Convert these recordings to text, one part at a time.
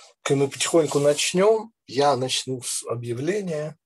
Мы потихоньку начнем. Я начну с объявления.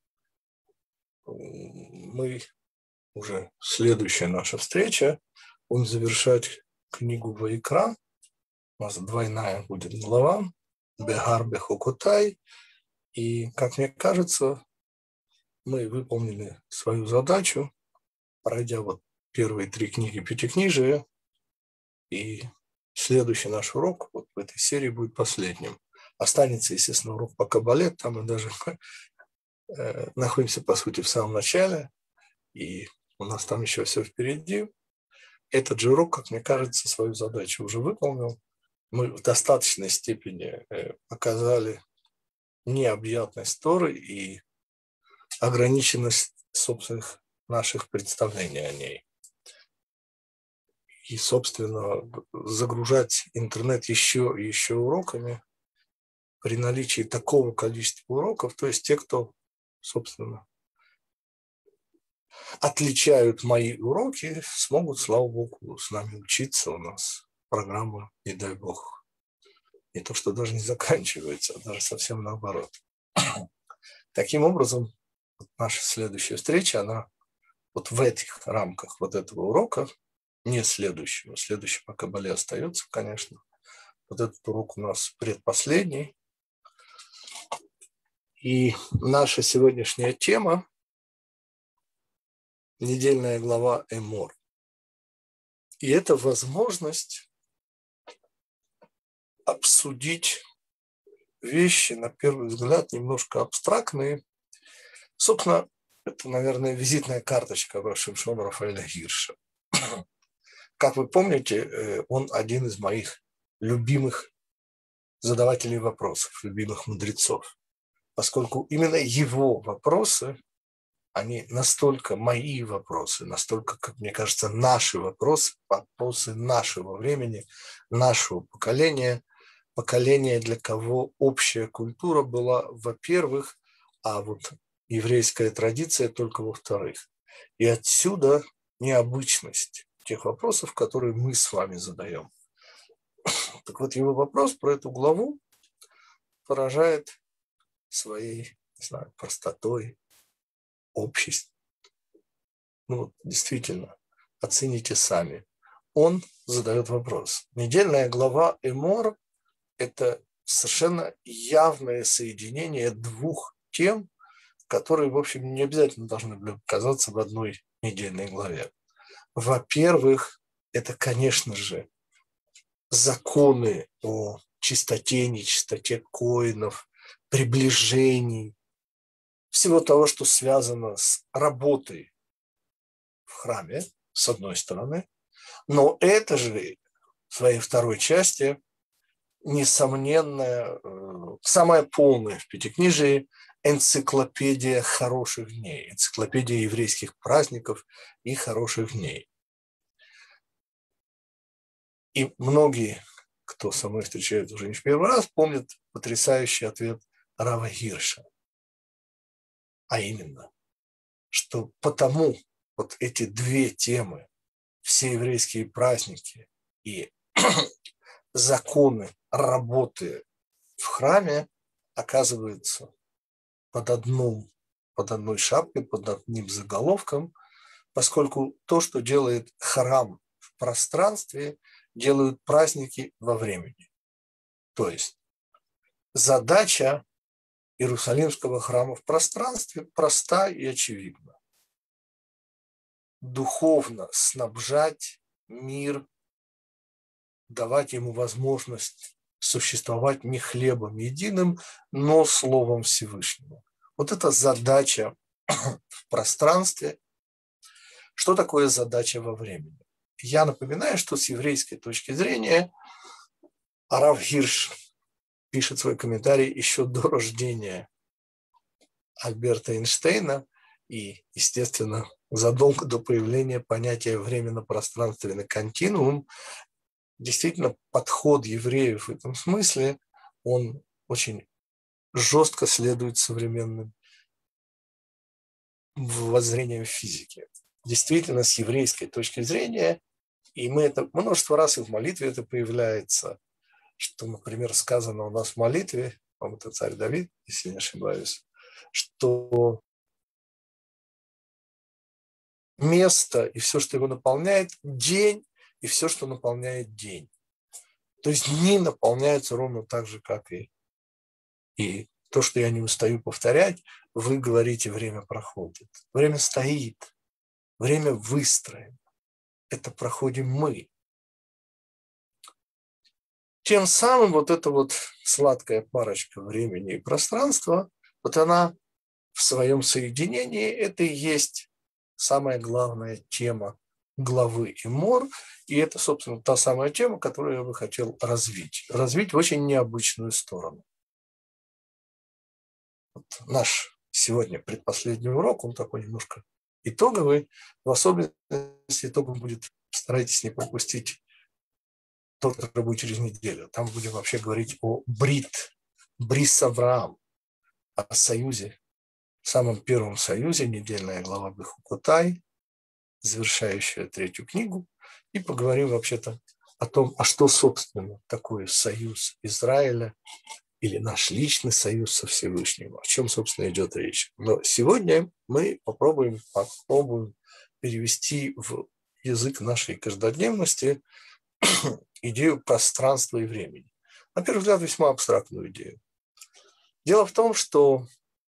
Мы уже следующая наша встреча. Будем завершать книгу Ваикра. У нас двойная будет глава. Бегар Бехокутай. И, как мне кажется, мы выполнили свою задачу, пройдя вот первые 3 книги Пятикнижия. И следующий наш урок вот в этой серии будет последним. Останется, естественно, урок по Кабале, там мы даже находимся, по сути, в самом начале, и у нас там еще все впереди. Этот же урок, как мне кажется, свою задачу уже выполнил. Мы в достаточной степени показали необъятность Торы и ограниченность собственных наших представлений о ней. И, собственно, загружать интернет еще и еще уроками при наличии такого количества уроков, то есть те, кто, собственно, отличают мои уроки, смогут, слава богу, с нами учиться. У нас программа, не дай бог, не то, что даже не заканчивается, а даже совсем наоборот. Таким образом, наша следующая встреча, она вот в этих рамках вот этого урока, не следующего, следующий по Кабале остается, конечно. Вот этот урок у нас предпоследний. И наша сегодняшняя тема – недельная глава Эмор. И это возможность обсудить вещи, на первый взгляд, немножко абстрактные. Собственно, это, наверное, визитная карточка Шимшона Рафаэля Гирша. Как вы помните, он один из моих любимых задавателей вопросов, любимых мудрецов, поскольку именно его вопросы, они настолько мои вопросы, настолько, как мне кажется, наши вопросы, вопросы нашего времени, нашего поколения, поколения, для кого общая культура была, во-первых, а вот еврейская традиция только во-вторых. И отсюда необычность тех вопросов, которые мы с вами задаем. Так вот, его вопрос про эту главу поражает своей, не знаю, простотой, общесть. Ну, действительно, оцените сами. Он задает вопрос. Недельная глава Эмор – это совершенно явное соединение двух тем, которые, в общем, не обязательно должны оказаться в одной недельной главе. Во-первых, это, конечно же, законы о чистоте, нечистоте коинов, приближений, всего того, что связано с работой в храме, с одной стороны, но это же в своей второй части несомненно самая полная в Пятикнижии энциклопедия хороших дней, энциклопедия еврейских праздников и хороших дней. И многие, кто со мной встречается уже не в первый раз, помнят потрясающий ответ Рава Гирша. А именно, что потому вот эти две темы, все еврейские праздники и законы работы в храме, оказываются под одной шапкой, под одним заголовком, поскольку то, что делает храм в пространстве, делают праздники во времени. То есть задача Иерусалимского храма в пространстве проста и очевидна. Духовно снабжать мир, давать ему возможность существовать не хлебом единым, но Словом Всевышнего. Вот это задача в пространстве. Что такое задача во времени? Я напоминаю, что с еврейской точки зрения Рав Гирш пишет свой комментарий еще до рождения Альберта Эйнштейна и, естественно, задолго до появления понятия временно-пространственный континуум. Действительно, подход евреев в этом смысле, он очень жестко следует современным воззрениям физики. Действительно, с еврейской точки зрения, и мы это множество раз и в молитве это появляется, что, например, сказано у нас в молитве, по-моему, это царь Давид, если не ошибаюсь, что место и все, что его наполняет, день и все, что наполняет день. То есть дни наполняются ровно так же, как и то, что я не устаю повторять, вы говорите, время проходит. Время стоит, время выстроено. Это проходим мы. Тем самым вот эта вот сладкая парочка времени и пространства, вот она в своем соединении, это и есть самая главная тема главы Эмор, и это, собственно, та самая тема, которую я бы хотел развить в очень необычную сторону. Вот наш сегодня предпоследний урок, он такой немножко итоговый, в особенности итогом будет, старайтесь не пропустить тот, который будет через неделю. Там будем вообще говорить о Брис Авраам, о союзе, самом первом союзе, недельная глава Бехукотай, завершающая 3-ю книгу, и поговорим вообще-то о том, а что, собственно, такое союз Израиля или наш личный союз со Всевышним, о чем, собственно, идет речь. Но сегодня мы попробуем перевести в язык нашей каждодневности идею пространства и времени. На первый взгляд, весьма абстрактную идею. Дело в том, что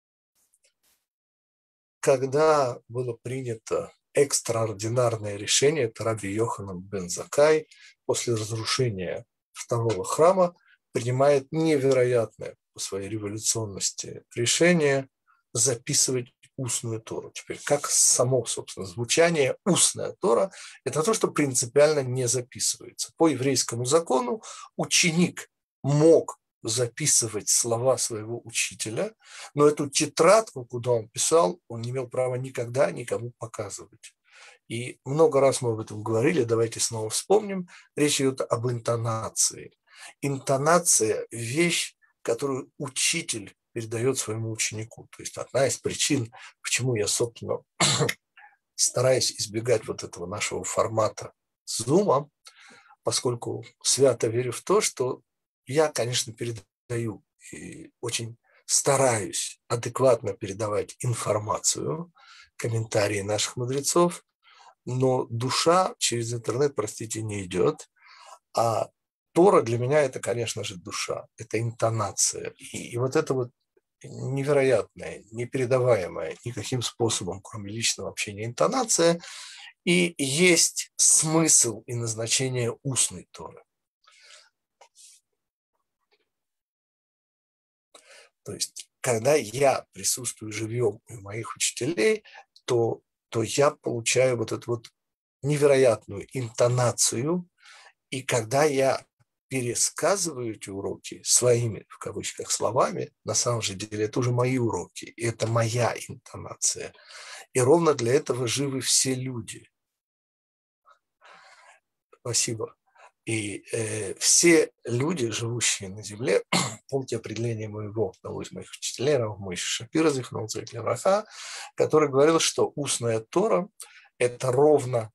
когда было принято экстраординарное решение, это Раби Йоханан бен Заккай, после разрушения второго храма, принимает невероятное по своей революционности решение записывать устную Тору. Теперь, как само, собственно, звучание устная Тора, это то, что принципиально не записывается. По еврейскому закону ученик мог записывать слова своего учителя, но эту тетрадку, куда он писал, он не имел права никогда никому показывать. И много раз мы об этом говорили, давайте снова вспомним. Речь идет об интонации. Интонация – вещь, которую учитель передает своему ученику. То есть одна из причин, почему я, собственно, стараюсь избегать вот этого нашего формата Zoom, поскольку свято верю в то, что я, конечно, передаю и очень стараюсь адекватно передавать информацию, комментарии наших мудрецов, но душа через интернет, простите, не идет, а Тора для меня это, конечно же, душа, это интонация. И вот это вот невероятная, непередаваемая никаким способом, кроме личного общения, интонация, и есть смысл и назначение устной Торы. То есть, когда я присутствую живьем у моих учителей, то я получаю вот эту вот невероятную интонацию, и когда я пересказываю эти уроки своими, в кавычках, словами, на самом же деле это уже мои уроки, и это моя интонация. И ровно для этого живы все люди. Спасибо. И все люди, живущие на земле, помните определение моего, одного из моих учителей, Рав Мойше Шапира, Зихрон Царь Левраха, который говорил, что устная Тора – это ровно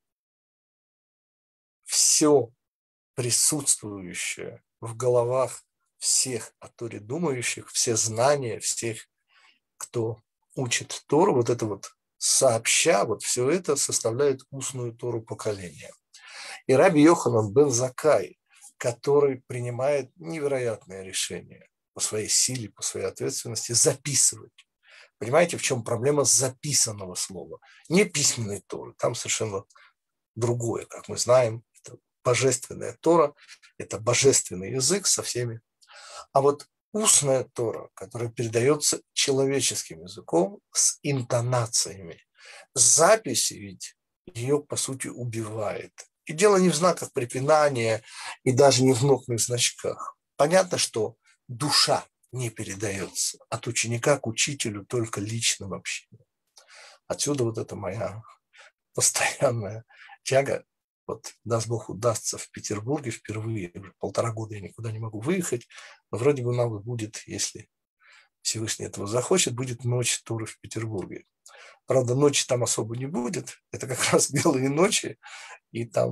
все присутствующее в головах всех о Торе думающих, все знания, всех, кто учит Тору, вот это вот сообща, вот все это составляет устную Тору поколения. И Раби Йоханан бен Заккай, который принимает невероятное решение по своей силе, по своей ответственности записывать. Понимаете, в чем проблема записанного слова? Не письменной Торы, там совершенно другое, как мы знаем, это божественная Тора, это божественный язык со всеми. А вот устная Тора, которая передается человеческим языком с интонациями, запись ведь ее, по сути, убивает. И дело не в знаках препинания и даже не в нотных значках. Понятно, что душа не передается от ученика к учителю только личным общением. Отсюда вот эта моя постоянная тяга. Вот, даст Бог, удастся в Петербурге впервые, уже 1,5 года я никуда не могу выехать, но вроде бы нам будет, если Всевышний этого захочет, будет ночь Торы в Петербурге. Правда, ночи там особо не будет, это как раз белые ночи, и там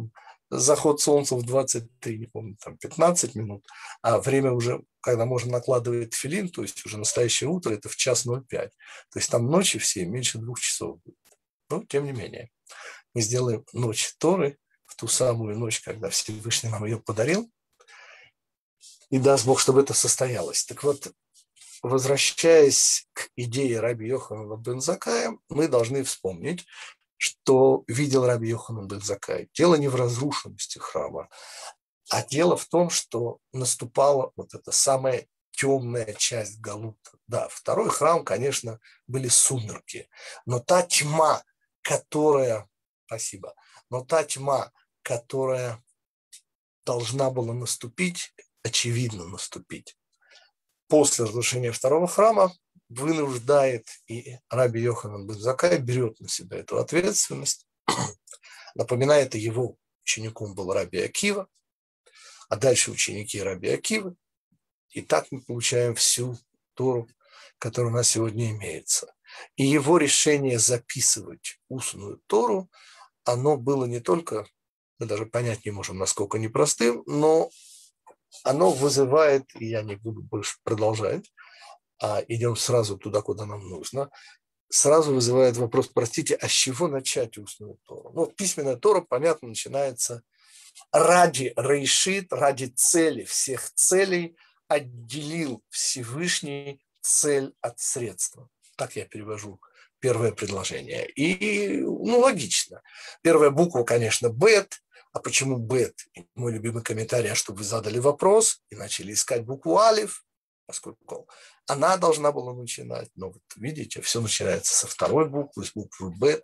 заход солнца в 23, не помню, там 15 минут, а время уже, когда можно накладывать тфилин, то есть уже настоящее утро, это в 1:05. То есть там ночи все меньше 2 часов будет. Но тем не менее, мы сделаем ночь Торы в ту самую ночь, когда Всевышний нам ее подарил, и даст Бог, чтобы это состоялось. Так вот, возвращаясь к идее раби Йоханана бен Заккая, мы должны вспомнить, что видел раби Йоханан бен Заккай. Дело не в разрушенности храма, а дело в том, что наступала вот эта самая темная часть Галута. Да, второй храм, конечно, были сумерки, но та тьма, которая, спасибо, но та тьма, которая должна была наступить, очевидно наступить, после разрушения второго храма, вынуждает, и раби Йоханан бен Заккай берет на себя эту ответственность. Напоминает, его учеником был раби Акива, а дальше ученики раби Акивы. И так мы получаем всю Тору, которая у нас сегодня имеется. И его решение записывать устную Тору, оно было не только, мы даже понять не можем, насколько непростым, но оно вызывает, и я не буду больше продолжать, а идем сразу туда, куда нам нужно, сразу вызывает вопрос, простите, а с чего начать устную Тору? Ну, письменная Тора, понятно, начинается ради рейшит, ради цели, всех целей отделил Всевышний цель от средства. Так я перевожу первое предложение. И, логично. Первая буква, конечно, бет. А почему бет? Мой любимый комментарий, чтобы вы задали вопрос и начали искать букву алиф, поскольку она должна была начинать. Но вот видите, все начинается со второй буквы, с буквы бет.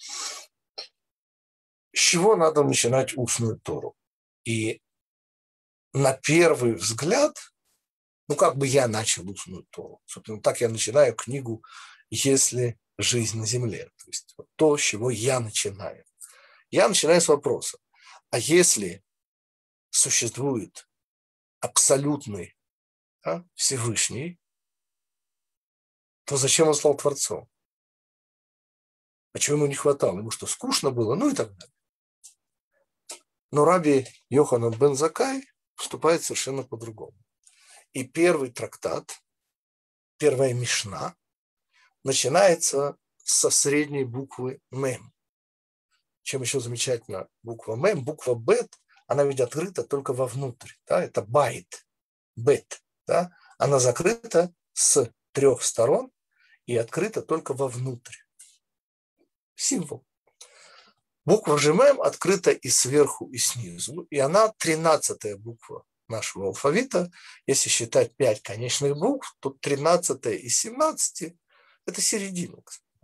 С чего надо начинать устную Тору? И на первый взгляд, как бы я начал устную Тору. Собственно, так я начинаю книгу «Если жизнь на земле». То есть то, с чего я начинаю. Я начинаю с вопроса. А если существует абсолютный Всевышний, то зачем он стал Творцом? А чего ему не хватало? Ему что, скучно было? Ну и так далее. Но раби Йоханан бен Заккай поступает совершенно по-другому. И первый трактат, первая мишна начинается со средней буквы мем. Чем еще замечательна буква мем? Буква бет, она ведь открыта только вовнутрь. Да? Это байт, бет. Да? Она закрыта с 3 сторон и открыта только вовнутрь. Символ. Буква же мем открыта и сверху, и снизу. И она 13-я буква нашего алфавита. Если считать 5 конечных букв, то 13-я из 17 – это середина.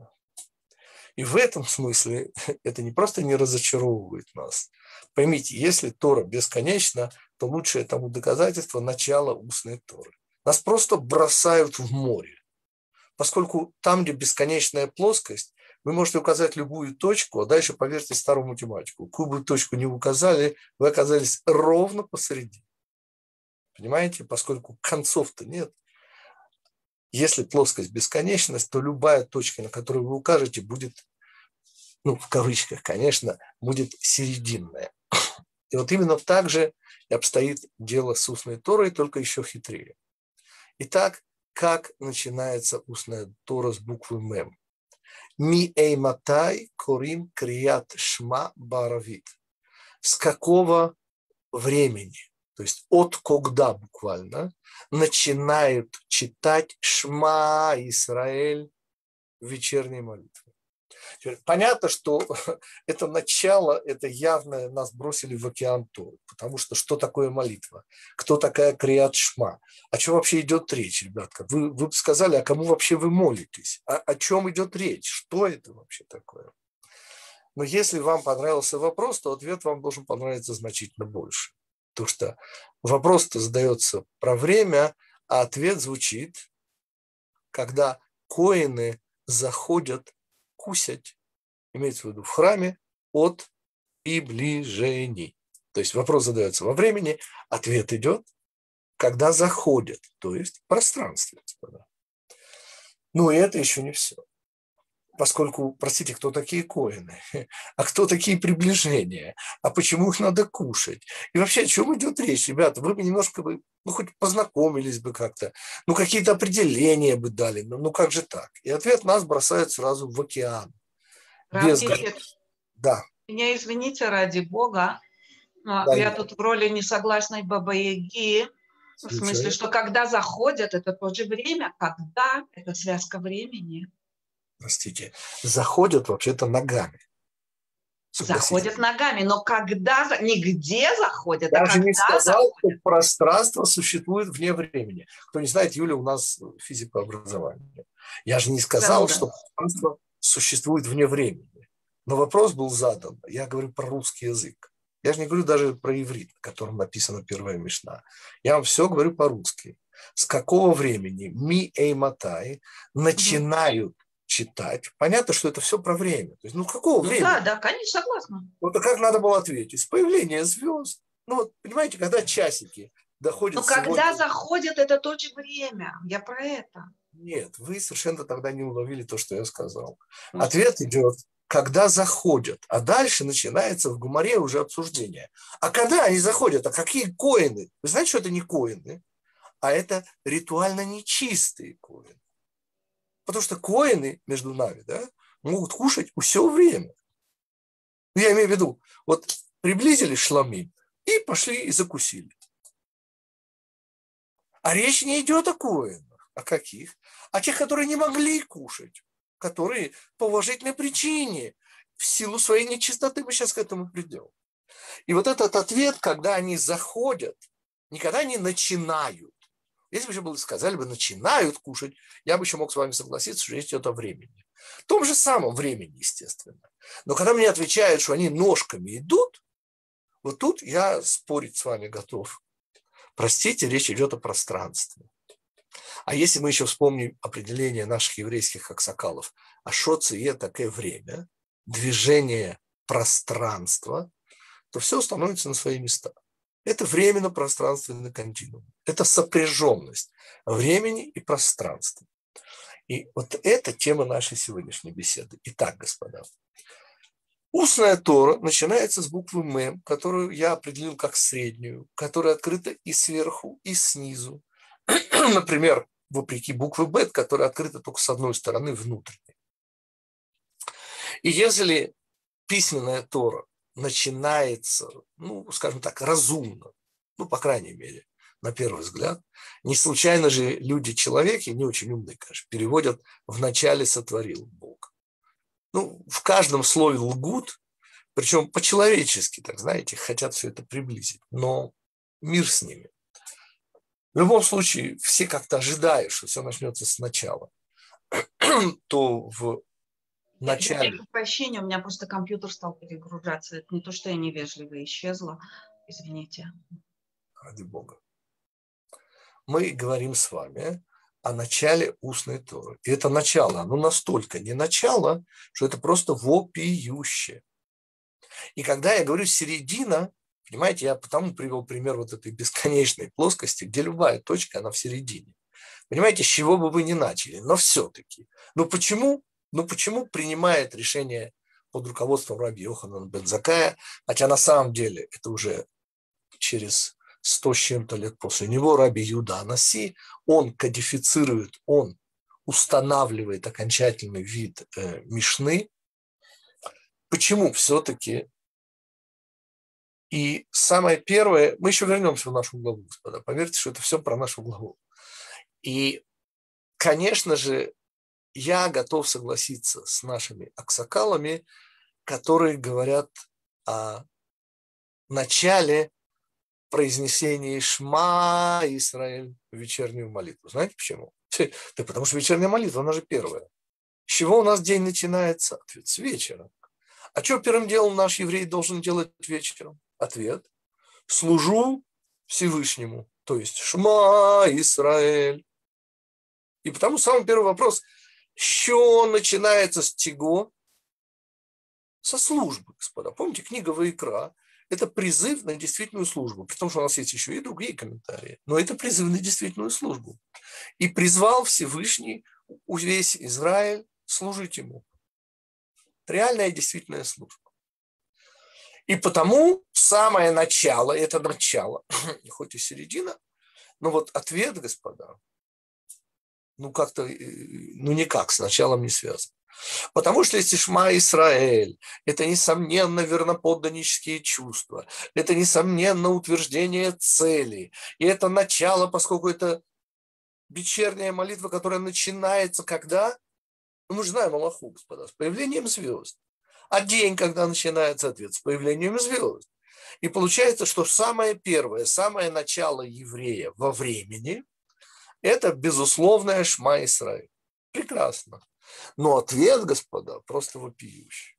И в этом смысле это не просто не разочаровывает нас. Поймите, если Тора бесконечна, то лучшее тому доказательство – начало устной Торы. Нас просто бросают в море. Поскольку там, где бесконечная плоскость, вы можете указать любую точку, а дальше поверьте старому математику. Какую бы точку не указали, вы оказались ровно посередине. Понимаете? Поскольку концов-то нет. Если плоскость бесконечность, то любая точка, на которую вы укажете, будет, в кавычках, конечно, будет серединная. И вот именно так же и обстоит дело с устной Торой, только еще хитрее. Итак, как начинается устная Тора с буквы мем? Ми эйматай корим крият шма баравит. С какого времени, то есть от когда буквально, начинают читать Шма Исраэль в вечерней молитве. Понятно, что это начало, это явно нас бросили в океан Торы, потому что такое молитва? Кто такая Криат Шма? О чем вообще идет речь, ребятка? Вы бы сказали, а кому вообще вы молитесь? О чем идет речь? Что это вообще такое? Но если вам понравился вопрос, то ответ вам должен понравиться значительно больше. Потому что вопрос-то задается про время, а ответ звучит, когда коэны заходят кусять, имеется в виду в храме, от приближений. То есть вопрос задается во времени, ответ идет, когда заходят, то есть в пространстве, господа. И это еще не все. Поскольку, простите, кто такие коины, а кто такие приближения, а почему их надо кушать? И вообще, о чем идет речь, ребята? Вы бы немножко бы, ну, хоть познакомились бы как-то, ну, какие-то определения бы дали, ну как же так? И ответ нас бросает сразу в океан. Без... Равгесед, Да. меня извините, ради Бога, Да, я Юля. тут в роли несогласной Бабы-Яги, в смысле, Слушаю. что когда заходят, это тоже время, когда это связка времени. Простите. Заходят вообще-то ногами. Согласитесь. Заходят ногами, но когда, не где заходят, а Я же не когда сказал, что заходят. пространство существует вне времени. Кто не знает, Юля у нас физик по образованию. Я же не сказал, Зануда. что пространство существует вне времени. Но вопрос был задан. Я говорю про русский язык. Я же не говорю даже про иврит, на котором написана первая мишна. Я вам все говорю по-русски. С какого времени ми эйматай начинают читать? Понятно, что это все про время. То есть, ну, какого Ну времени? да, да, конечно, согласна. Вот а как надо было ответить? С появления звезд. Ну, вот, понимаете, когда часики доходят Но когда сегодня... заходят, это тоже время. Я про это. Нет, вы совершенно тогда не уловили то, что я сказал. Ну, Ответ идет, когда заходят. А дальше начинается в гуморе уже обсуждение. А когда они заходят? А какие коины? Вы знаете, что это не коины? А это ритуально нечистые коины. Потому что коины между нами, да, могут кушать все время. Ну, я имею в виду, вот приблизились шламим и пошли и закусили. А речь не идет о коинах. О каких? О тех, которые не могли кушать, которые по уважительной причине, в силу своей нечистоты, мы сейчас к этому придем. И вот этот ответ, когда они заходят, никогда не начинают. Если бы еще было, сказали бы, начинают кушать, я бы еще мог с вами согласиться, что речь идет о времени. В том же самом времени, естественно. Но когда мне отвечают, что они ножками идут, вот тут я спорить с вами готов. Простите, речь идет о пространстве. А если мы еще вспомним определение наших еврейских аксакалов, ашоция такое время, движение пространства, то все становится на свои места. Это временно-пространственный континуум. Это сопряженность времени и пространства. И вот это тема нашей сегодняшней беседы. Итак, господа, устная Тора начинается с буквы Мем, которую я определил как среднюю, которая открыта и сверху, и снизу. Например, вопреки буквы Бет, которая открыта только с одной стороны, внутренней. И если письменная Тора начинается, ну, скажем так, разумно, ну, по крайней мере, на первый взгляд, не случайно же люди-человеки, не очень умные, конечно, переводят «вначале сотворил Бог». Ну, в каждом слове лгут, причем по-человечески, так знаете, хотят все это приблизить, но мир с ними. В любом случае, все как-то ожидают, что все начнется сначала. То в начале... Прошу прощения, у меня просто компьютер стал перегружаться. Это не то, что я невежливо исчезла. Извините. Ради Бога. Мы говорим с вами о начале устной Торы. И это начало, оно настолько не начало, что это просто вопиюще. И когда я говорю середина, понимаете, я потому привел пример вот этой бесконечной плоскости, где любая точка, она в середине. Понимаете, с чего бы вы ни начали, но все-таки. Ну почему принимает решение под руководством раби Йоханана бен Заккая, хотя на самом деле это уже через 100 с чем-то лет после него раби Юда Анаси, он кодифицирует, он устанавливает окончательный вид Мишны. Почему все-таки? И самое первое, мы еще вернемся в нашу главу, господа, поверьте, что это все про нашу главу. И, конечно же, я готов согласиться с нашими аксакалами, которые говорят о начале произнесении «Шма Исраэль» в вечернюю молитву. Знаете почему? Да потому что вечерняя молитва, она же первая. С чего у нас день начинается? Ответ – с вечера. А что первым делом наш еврей должен делать вечером? Ответ – служу Всевышнему, то есть «Шма Исраэль». И потому самый первый вопрос – что начинается с тего? Со службы, господа. Помните, книга Ваикра – это призыв на действительную службу, при том, что у нас есть еще и другие комментарии, но это призыв на действительную службу. И призвал Всевышний весь Израиль служить ему. Это реальная и действительная служба. И потому самое начало, это начало, хоть и середина, но вот ответ, господа, как-то, никак с началом не связан. Потому что если Шма Исраэль, это, несомненно, верноподданнические чувства, это, несомненно, утверждение цели, и это начало, поскольку это вечерняя молитва, которая начинается когда? Мы же знаем Аллаху, господа, с появлением звезд. А день, когда начинается ответ, с появлением звезд. И получается, что самое первое, самое начало еврея во времени – это безусловное Шма Исраэль. Прекрасно. Но ответ, господа, просто вопиющий.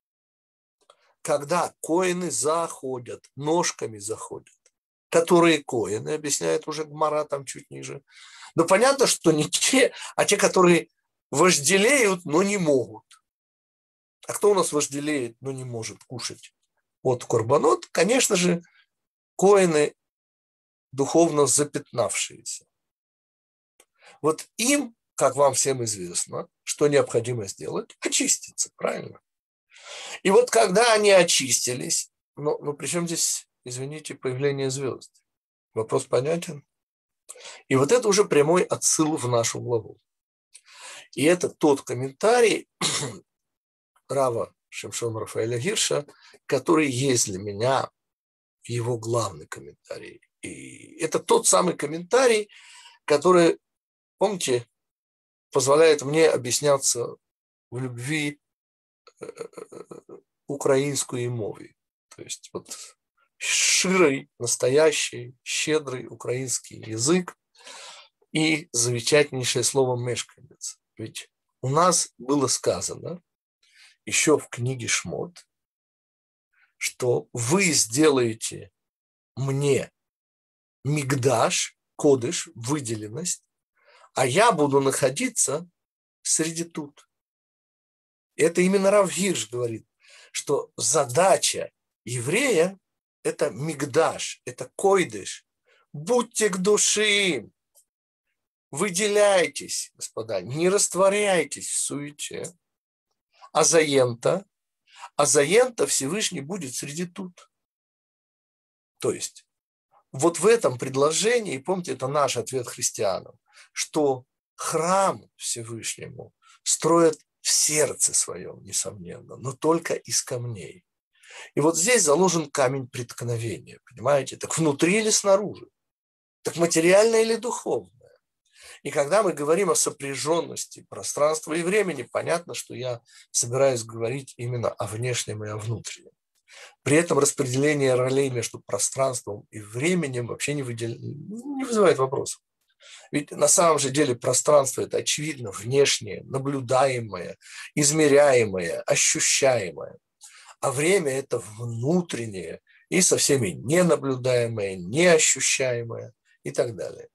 Когда коэны заходят, ножками заходят, которые коэны, объясняет уже Гмара там чуть ниже, но понятно, что не те, а те, которые вожделеют, но не могут. А кто у нас вожделеет, но не может кушать от корбанот? Конечно же, коэны, духовно запятнавшиеся. Вот им, как вам всем известно, что необходимо сделать? Очиститься, правильно? И вот когда они очистились, при чем здесь, извините, появление звезд? Вопрос понятен? И вот это уже прямой отсыл в нашу главу. И это тот комментарий Рава Шимшона Рафаэля Гирша, который есть для меня его главный комментарий. И это тот самый комментарий, который, помните, позволяет мне объясняться в любви украинской мове. То есть вот ширый, настоящий, щедрый украинский язык и замечательнейшее слово «мешканец». Ведь у нас было сказано еще в книге Шмот, что вы сделаете мне мигдаш, кодыш, выделенность, а я буду находиться среди тут. Это именно Рав Гирш говорит, что задача еврея – это мигдаш, это койдыш. Будьте к душе, выделяйтесь, господа, не растворяйтесь в суете. Азаента Всевышний будет среди тут. То есть вот в этом предложении, помните, это наш ответ христианам, что храм Всевышнему строят в сердце своем, несомненно, но только из камней. И вот здесь заложен камень преткновения, понимаете? Так внутри или снаружи? Так материальное или духовное? И когда мы говорим о сопряженности пространства и времени, понятно, что я собираюсь говорить именно о внешнем и о внутреннем. При этом распределение ролей между пространством и временем вообще не вызывает вопросов. Ведь на самом же деле пространство – это очевидно внешнее, наблюдаемое, измеряемое, ощущаемое. А время – это внутреннее и со всеми ненаблюдаемое, неощущаемое и так далее.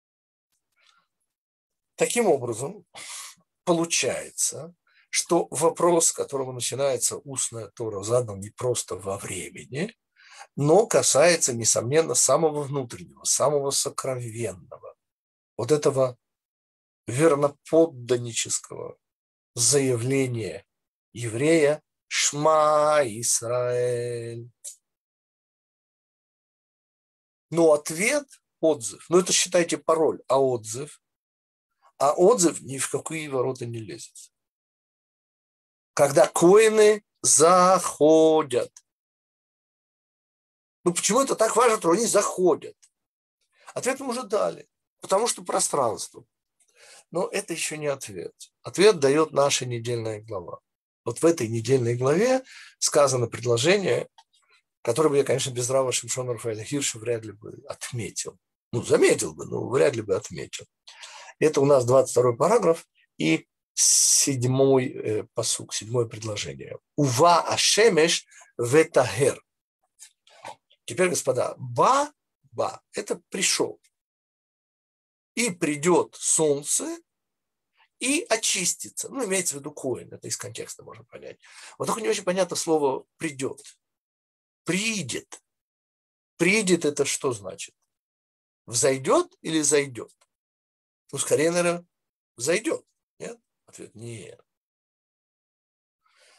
Таким образом, получается, что вопрос, с которого начинается устная Тора, задан не просто во времени, но касается, несомненно, самого внутреннего, самого сокровенного, вот этого верноподданнического заявления еврея «Шма Исраэль». Но ответ, отзыв, это считайте пароль, а отзыв ни в какие ворота не лезет. Когда коэны заходят. Почему это так важно, что они заходят? Ответ мы уже дали. Потому что пространство. Но это еще не ответ. Ответ дает наша недельная глава. Вот в этой недельной главе сказано предложение, которое бы я, конечно, без Рава Шимшона Рафаэля Гирша вряд ли бы отметил. Заметил бы, но вряд ли бы отметил. Это у нас 22-й параграф и 7-й пасук, 7-е предложение. Ува ашемеш ветахер. Теперь, господа, ба, это пришел. И придет солнце и очистится. Имеется в виду коэн, это из контекста можно понять. Вот только не очень понятно слово «придет». Придет. Придет – это что значит? Взойдет или зайдет? Скорее, наверное, взойдет. Нет? Ответ – нет.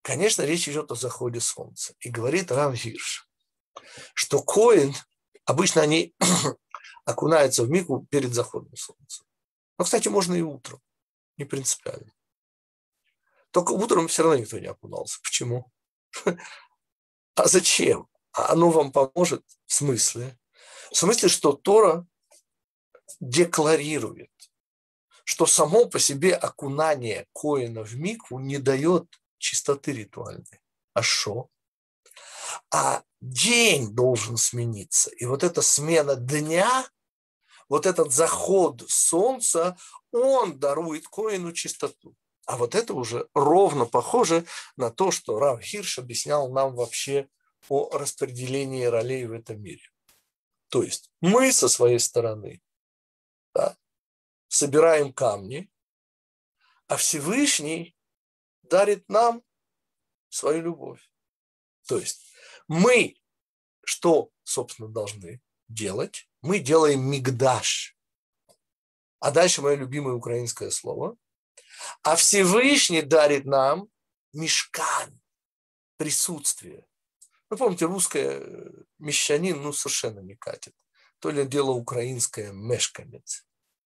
Конечно, речь идет о заходе солнца. И говорит Рав Гирш, что коэн, обычно они окунаются в микву перед заходом солнца. Но, кстати, можно и утром, не принципиально. Только утром все равно никто не окунался. Почему? А зачем? А оно вам поможет в смысле? В смысле, что Тора декларирует, что само по себе окунание коэна в микву не дает чистоты ритуальной. А что? А день должен смениться. И вот эта смена дня, вот этот заход солнца, он дарует коэну чистоту. А вот это уже ровно похоже на то, что Рав Гирш объяснял нам вообще о распределении ролей в этом мире. То есть мы со своей стороны, да, собираем камни, а Всевышний дарит нам свою любовь. То есть мы что, собственно, должны делать? Мы делаем мигдаш. А дальше мое любимое украинское слово. А Всевышний дарит нам мишкан, присутствие. Вы помните, русское мещанин совершенно не катит. То ли дело украинское мешканец.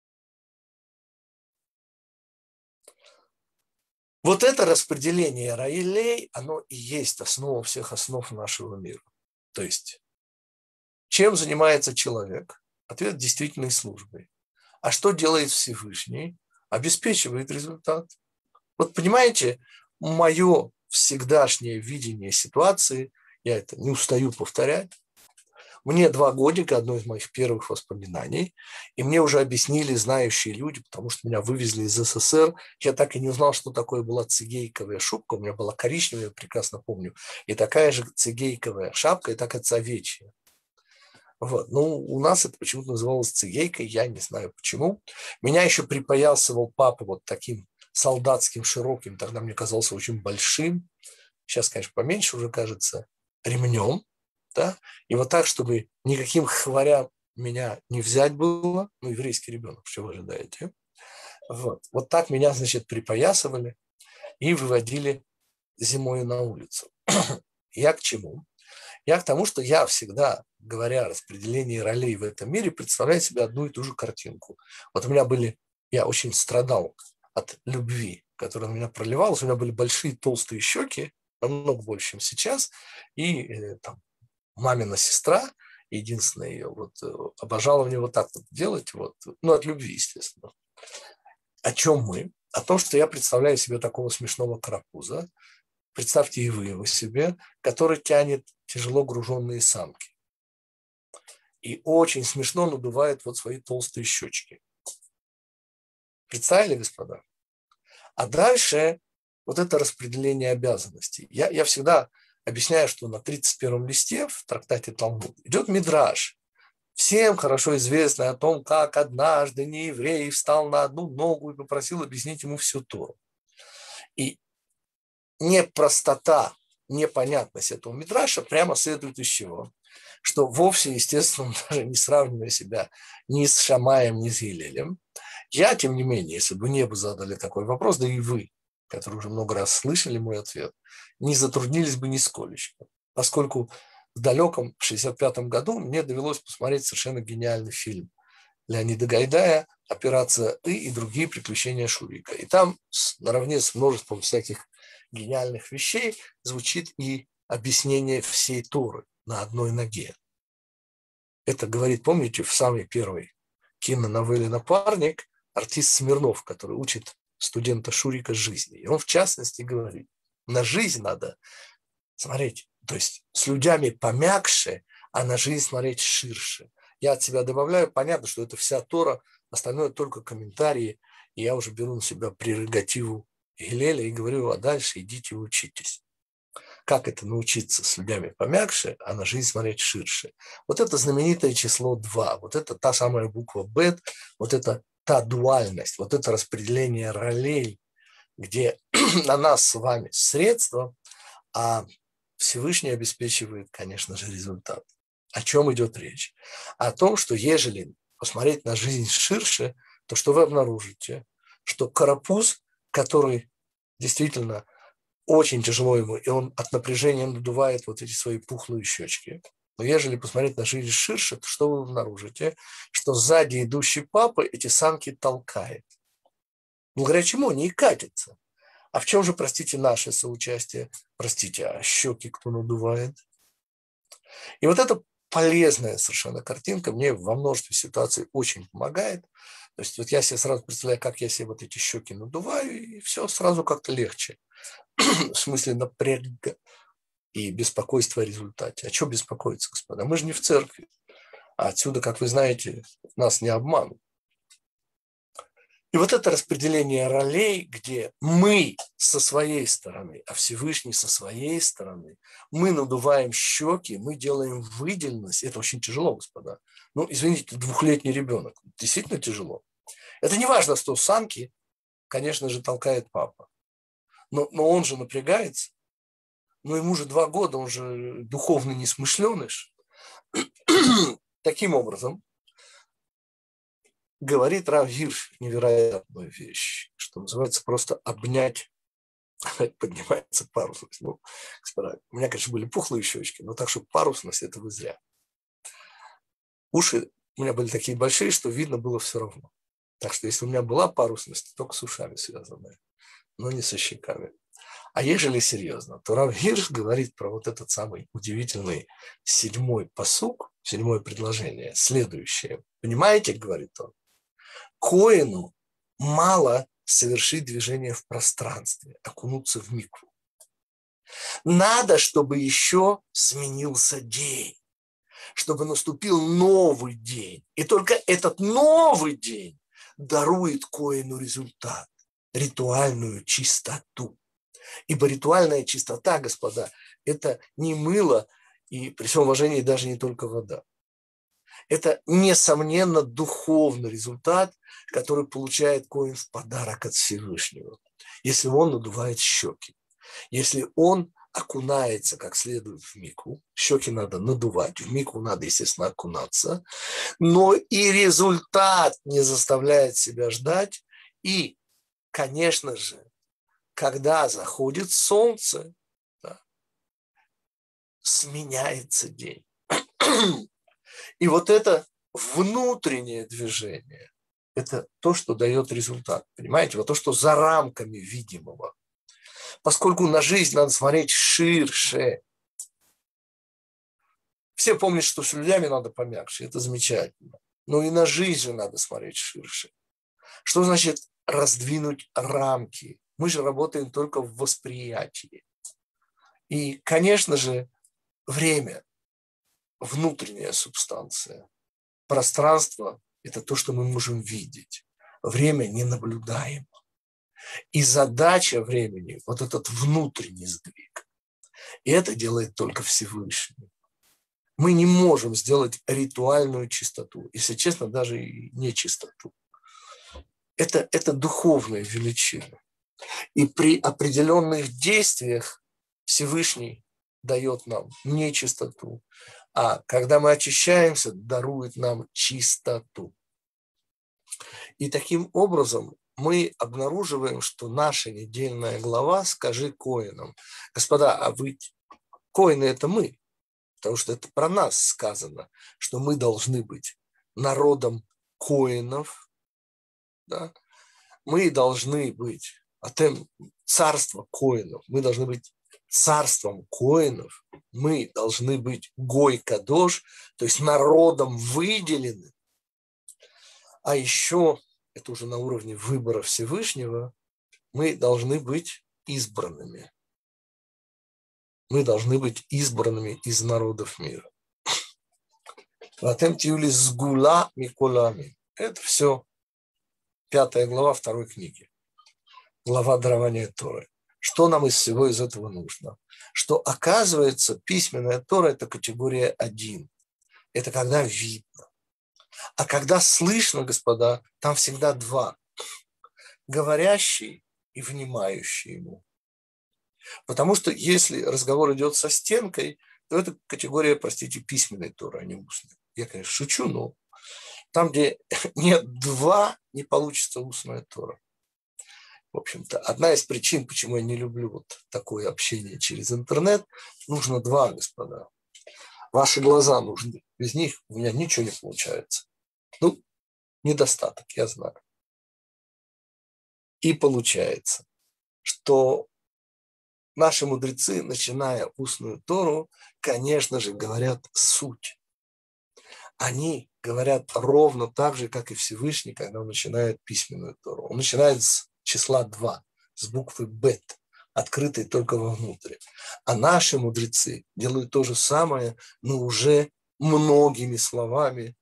Вот это распределение ролей, оно и есть основа всех основ нашего мира. То есть, чем занимается человек? Ответ – действительной службой. А что делает Всевышний? Обеспечивает результат. Вот понимаете, мое всегдашнее видение ситуации, я это не устаю повторять, мне 2 годика, одно из моих первых воспоминаний, и мне уже объяснили знающие люди, потому что меня вывезли из СССР, я так и не узнал, что такое была цигейковая шубка, у меня была коричневая, прекрасно помню, и такая же цигейковая шапка, и так это овечья. Вот. Ну, у нас это почему-то называлось цигейкой, я не знаю почему. Меня еще припоясывал папа вот таким солдатским широким, тогда мне казался очень большим, сейчас, конечно, поменьше уже кажется, ремнем, да, и вот так, чтобы никаким хворям меня не взять было, еврейский ребенок, что вы ожидаете, вот так меня, значит, припоясывали и выводили зимой на улицу. Я к чему? Я к тому, что я всегда, говоря о распределении ролей в этом мире, представляю себе одну и ту же картинку. Вот у меня я очень страдал от любви, которая на меня проливалась, у меня были большие толстые щеки, намного больше, чем сейчас, и там мамина сестра, единственная ее, обожала мне вот так вот делать, от любви, естественно. О чем мы? О том, что я представляю себе такого смешного карапуза, представьте и вы его себе, который тянет тяжело груженные санки. И очень смешно надувает свои толстые щечки. Представили, господа? А дальше это распределение обязанностей. Я всегда объясняю, что на 31-м листе в трактате Талмуд идет мидраш. Всем хорошо известно о том, как однажды нееврей встал на одну ногу и попросил объяснить ему всю Тору. И непростота, непонятность этого мидраша прямо следует из чего? Что вовсе, естественно, даже не сравнивая себя ни с Шамаем, ни с Гилелем, я, тем не менее, если бы мне задали такой вопрос, да и вы, которые уже много раз слышали мой ответ, не затруднились бы нисколечко, поскольку в далеком 1965 году мне довелось посмотреть совершенно гениальный фильм Леонида Гайдая «Операция И другие приключения Шурика». И там наравне с множеством всяких гениальных вещей звучит и объяснение всей Торы на одной ноге. Это говорит, помните, в самой первой киноновелле «Напарник» артист Смирнов, который учит студента Шурика жизни. И он, в частности, говорит, на жизнь надо смотреть, то есть с людьми помягче, а на жизнь смотреть ширше. Я от себя добавляю, понятно, что это вся Тора, остальное только комментарии, и я уже беру на себя прерогативу Гилеля и говорю, а дальше идите учитесь. Как это научиться с людьми помягче, а на жизнь смотреть ширше? Вот это знаменитое число 2, вот это та самая буква Бет, вот это та дуальность, вот это распределение ролей, где на нас с вами средства, а Всевышний обеспечивает, конечно же, результат. О чем идет речь? О том, что ежели посмотреть на жизнь ширше, то что вы обнаружите? Что карапуз, который действительно очень тяжело ему, и он от напряжения надувает вот эти свои пухлые щечки. Но ежели посмотреть на жизнь ширше, то что вы обнаружите? Что сзади идущий папа эти санки толкает. Благодаря чему они и катятся. А в чем же, простите, наше соучастие? Простите, а щеки кто надувает? И вот эта полезная совершенно картинка мне во множестве ситуаций очень помогает. То есть вот я себе сразу представляю, как я себе вот эти щеки надуваю, и все сразу как-то легче. В смысле напряга и беспокойства о результате. А что беспокоиться, господа? Мы же не в церкви. А отсюда, как вы знаете, нас не обманут. И вот это распределение ролей, где мы со своей стороны, а Всевышний со своей стороны, мы надуваем щеки, мы делаем выделенность. Это очень тяжело, господа. Ну, извините, 2-летний ребенок. Действительно тяжело. Это не важно, что санки, конечно же, толкает папа. Но он же напрягается. Но ему же 2 года, он же духовно несмышленыш. Таким образом, говорит Рав Гирш невероятную вещь, что называется просто обнять, поднимается парусность. Ну, господа, у меня, конечно, были пухлые щечки, но так, что парусность, это вы зря. Уши у меня были такие большие, что видно было все равно. Так что если у меня была парусность, то только с ушами связанная, но не со щеками. А ежели серьезно, то Рав Гирш говорит про вот этот самый удивительный 7-й пасук, 7-е предложение, следующее. Понимаете, говорит он, коэну мало совершить движение в пространстве, окунуться в микву. Надо, чтобы еще сменился день, чтобы наступил новый день. И только этот новый день дарует коэну результат, ритуальную чистоту. Ибо ритуальная чистота, господа, это не мыло и, при всем уважении, даже не только вода. Это, несомненно, духовный результат, который получает коэн в подарок от Всевышнего. Если он надувает щеки, если он окунается как следует в микву, щеки надо надувать, в микву надо, естественно, окунаться, но и результат не заставляет себя ждать. И, конечно же, когда заходит солнце, да, сменяется день. И вот это внутреннее движение, это то, что дает результат. Понимаете? Вот то, что за рамками видимого. Поскольку на жизнь надо смотреть ширше. Все помнят, что с людьми надо помягче. Это замечательно. Но и на жизнь же надо смотреть ширше. Что значит раздвинуть рамки? Мы же работаем только в восприятии. И, конечно же, время – внутренняя субстанция. Пространство – это то, что мы можем видеть. Время ненаблюдаемо. И задача времени – вот этот внутренний сдвиг. И это делает только Всевышний. Мы не можем сделать ритуальную чистоту. Если честно, даже и не чистоту. Это духовная величина. И при определенных действиях Всевышний дает нам не чистоту, а когда мы очищаемся, дарует нам чистоту. И таким образом мы обнаруживаем, что наша недельная глава «Скажи коэнам». Господа, а вы коэны – это мы, потому что это про нас сказано, что мы должны быть народом коэнов, да? Мы должны быть царство коэнов, мы должны быть царством коэнов, мы должны быть гой кадош, то есть народом выделенным. А еще, это уже на уровне выбора Всевышнего, мы должны быть избранными. Мы должны быть избранными из народов мира. Это все 5 глава 2 книги. Глава дарования Торы. Что нам из всего из этого нужно? Что, оказывается, письменная Тора – это категория 1. Это когда видно. А когда слышно, господа, там всегда 2. Говорящий и внимающий ему. Потому что если разговор идет со стенкой, то это категория, простите, письменной Торы, а не устной. Я, конечно, шучу, но там, где нет 2, не получится устная Тора. В общем-то, одна из причин, почему я не люблю вот такое общение через интернет, нужно два, господа. Ваши глаза нужны. Без них у меня ничего не получается. Ну, недостаток, я знаю. И получается, что наши мудрецы, начиная устную Тору, конечно же, говорят суть. Они говорят ровно так же, как и Всевышний, когда он начинает письменную Тору. Он начинает с числа 2, с буквы бет, открытой только вовнутрь. А наши мудрецы делают то же самое, но уже многими словами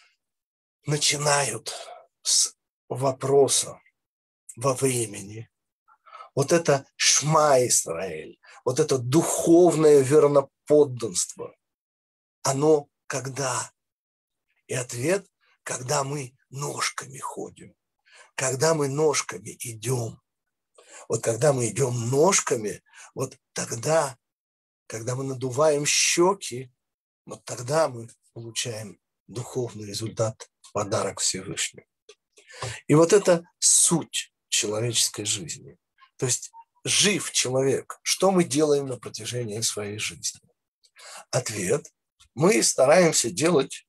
начинают с вопроса во времени. Вот это Шма Исраэль, вот это духовное верноподданство, оно когда? И ответ, когда мы ножками ходим, когда мы ножками идем. Вот когда мы идем ножками, вот тогда, когда мы надуваем щеки, вот тогда мы получаем духовный результат, подарок Всевышнему. И вот это суть человеческой жизни. То есть жив человек, что мы делаем на протяжении своей жизни? Ответ, мы стараемся делать,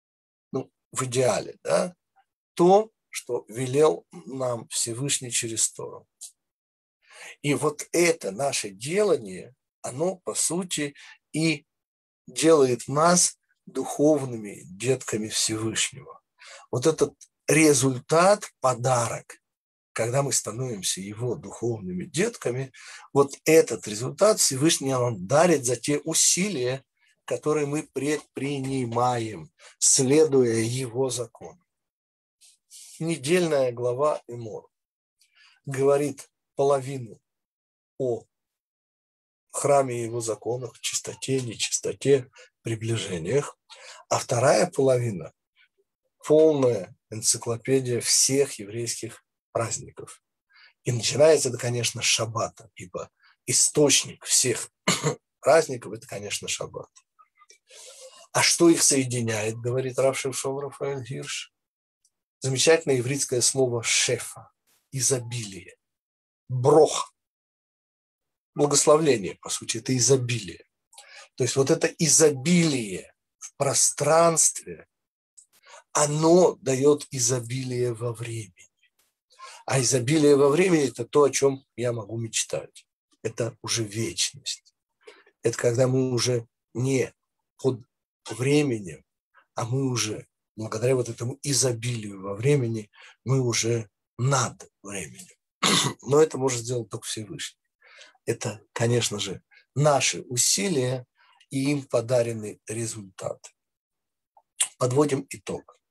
в идеале, да, то, что велел нам Всевышний через Тору. И вот это наше делание, оно, по сути, и делает нас духовными детками Всевышнего. Вот этот результат, подарок, когда мы становимся его духовными детками, вот этот результат Всевышний нам дарит за те усилия, которые мы предпринимаем, следуя его закону. Недельная глава Эмор говорит половину о храме и его законах, чистоте, нечистоте, приближениях, а вторая половина – полная энциклопедия всех еврейских праздников. И начинается это, конечно, с шаббата, ибо источник всех праздников – это, конечно, шаббат. А что их соединяет, говорит рав Шимшон Рафаэль Гирш? Замечательное ивритское слово «шефа» – изобилие, брох, благословление, по сути, это изобилие. То есть вот это изобилие в пространстве, оно дает изобилие во времени. А изобилие во времени – это то, о чем я могу мечтать. Это уже вечность. Это когда мы уже не под временем, а мы уже, благодаря вот этому изобилию во времени, мы уже над временем. Но это может сделать только Всевышний. Это, конечно же, наши усилия и им подаренный результат. Подводим итог.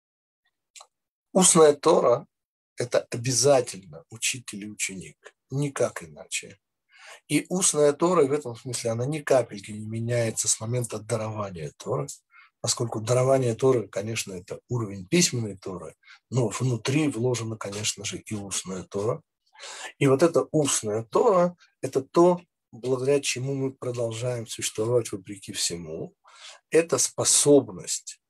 Устная Тора – это обязательно учитель и ученик, никак иначе. И устная Тора, в этом смысле, она ни капельки не меняется с момента дарования Торы, поскольку дарование Торы, конечно, это уровень письменной Торы, но внутри вложена, конечно же, и устная Тора. И вот эта устная Тора – это то, благодаря чему мы продолжаем существовать вопреки всему. Это способность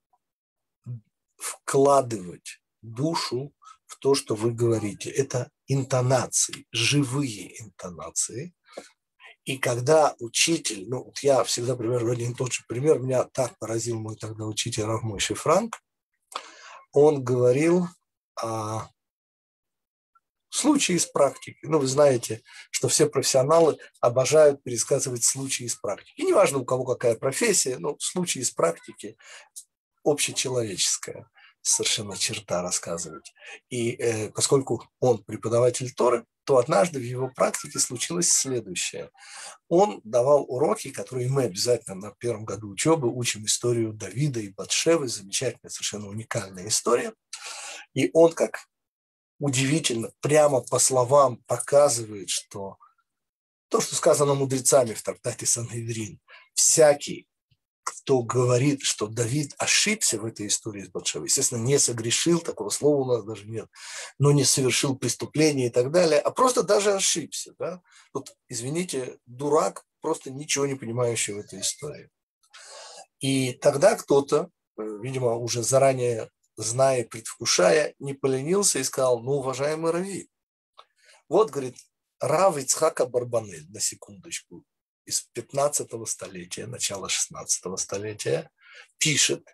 вкладывать душу в то, что вы говорите. Это интонации, живые интонации. И когда учитель, вот я всегда привожу один и тот же пример, меня так поразил мой тогда учитель рав Мойше Франк, он говорил о случае из практики. Вы знаете, что все профессионалы обожают пересказывать случаи из практики. И неважно, у кого какая профессия, но случаи из практики общечеловеческая совершенно черта рассказывать. И поскольку он преподаватель Торы, то однажды в его практике случилось следующее. Он давал уроки, которые мы обязательно на первом году учебы учим историю Давида и Батшевы, замечательная, совершенно уникальная история. И он, как удивительно, прямо по словам показывает, что то, что сказано мудрецами в трактате Сангедрин, всякий, кто говорит, что Давид ошибся в этой истории с Батшевой, естественно, не согрешил, такого слова у нас даже нет, но не совершил преступления и так далее, а просто даже ошибся. Да? Вот, извините, дурак, просто ничего не понимающий в этой истории. И тогда кто-то, видимо, уже заранее зная, предвкушая, не поленился и сказал: уважаемый Рави, Вот, говорит, Рав Ицхак Абарбанель, на секундочку, из 15-го столетия, начала 16-го столетия, пишет,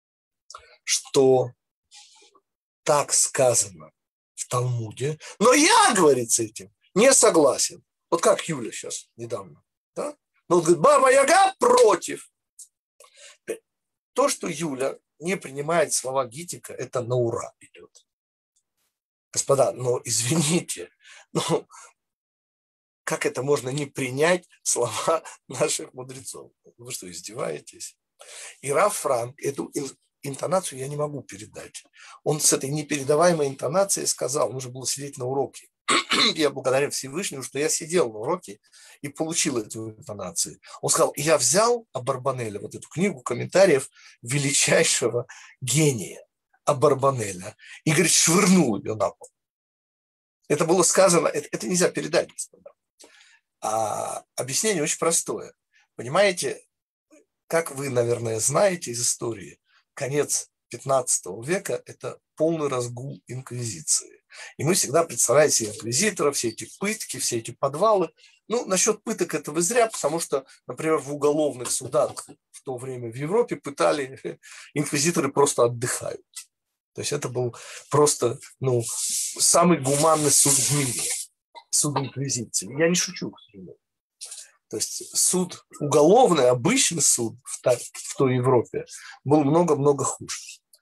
что так сказано в Талмуде, но я, говорит, с этим не согласен. Вот как Юля сейчас недавно. Да? Но он говорит, Баба Яга против. То, что Юля не принимает слова Гитика, это на ура идет. Господа, но извините, но как это можно не принять слова наших мудрецов? Вы что, издеваетесь? И Рав Франк, эту интонацию я не могу передать. Он с этой непередаваемой интонацией сказал, нужно было сидеть на уроке. Я благодарен Всевышнему, что я сидел на уроке и получил эту интонацию. Он сказал, я взял Абарбанеля, вот эту книгу комментариев величайшего гения Абарбанеля, и, говорит, швырнул ее на пол. Это было сказано, это нельзя передать, господа. А объяснение очень простое. Понимаете, как вы, наверное, знаете из истории, конец 15 века – это полный разгул инквизиции. И мы всегда представляем себе инквизиторов, все эти пытки, все эти подвалы. Ну, насчет пыток это вы зря, потому что, например, в уголовных судах в то время в Европе пытали, инквизиторы просто отдыхают. То есть это был просто самый гуманный суд в мире, суд инквизиции. Я не шучу, к сожалению. То есть суд уголовный, обычный суд в той Европе был много-много хуже.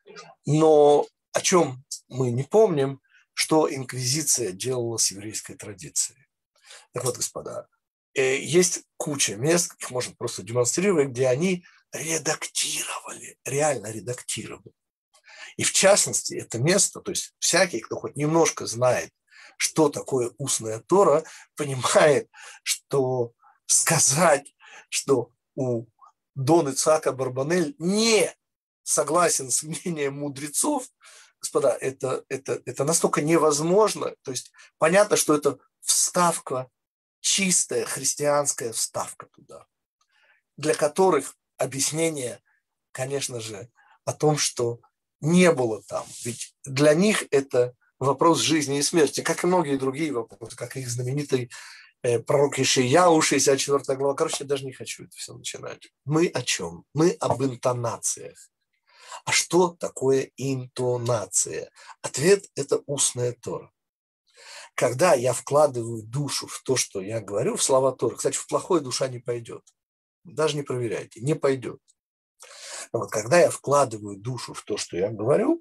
Но о чем мы не помним, что инквизиция делала с еврейской традицией. Так вот, господа, есть куча мест, их можно просто демонстрировать, где они редактировали, реально редактировали. И в частности, это место, то есть всякий, кто хоть немножко знает, что такое устная Тора, понимает, что сказать, что у Дон Ицхака Барбанель не согласен с мнением мудрецов, господа, это настолько невозможно. То есть понятно, что это вставка, чистая христианская вставка туда, для которых объяснение, конечно же, о том, что не было там. Ведь для них это вопрос жизни и смерти, как и многие другие вопросы, как их знаменитый пророк Ишияу, 64 глава. Короче, я даже не хочу это все начинать. Мы о чем? Мы об интонациях. А что такое интонация? Ответ – это устная Тора. Когда я вкладываю душу в то, что я говорю, в слова Торы, кстати, в плохое душа не пойдет. Даже не проверяйте, не пойдет. Но вот когда я вкладываю душу в то, что я говорю,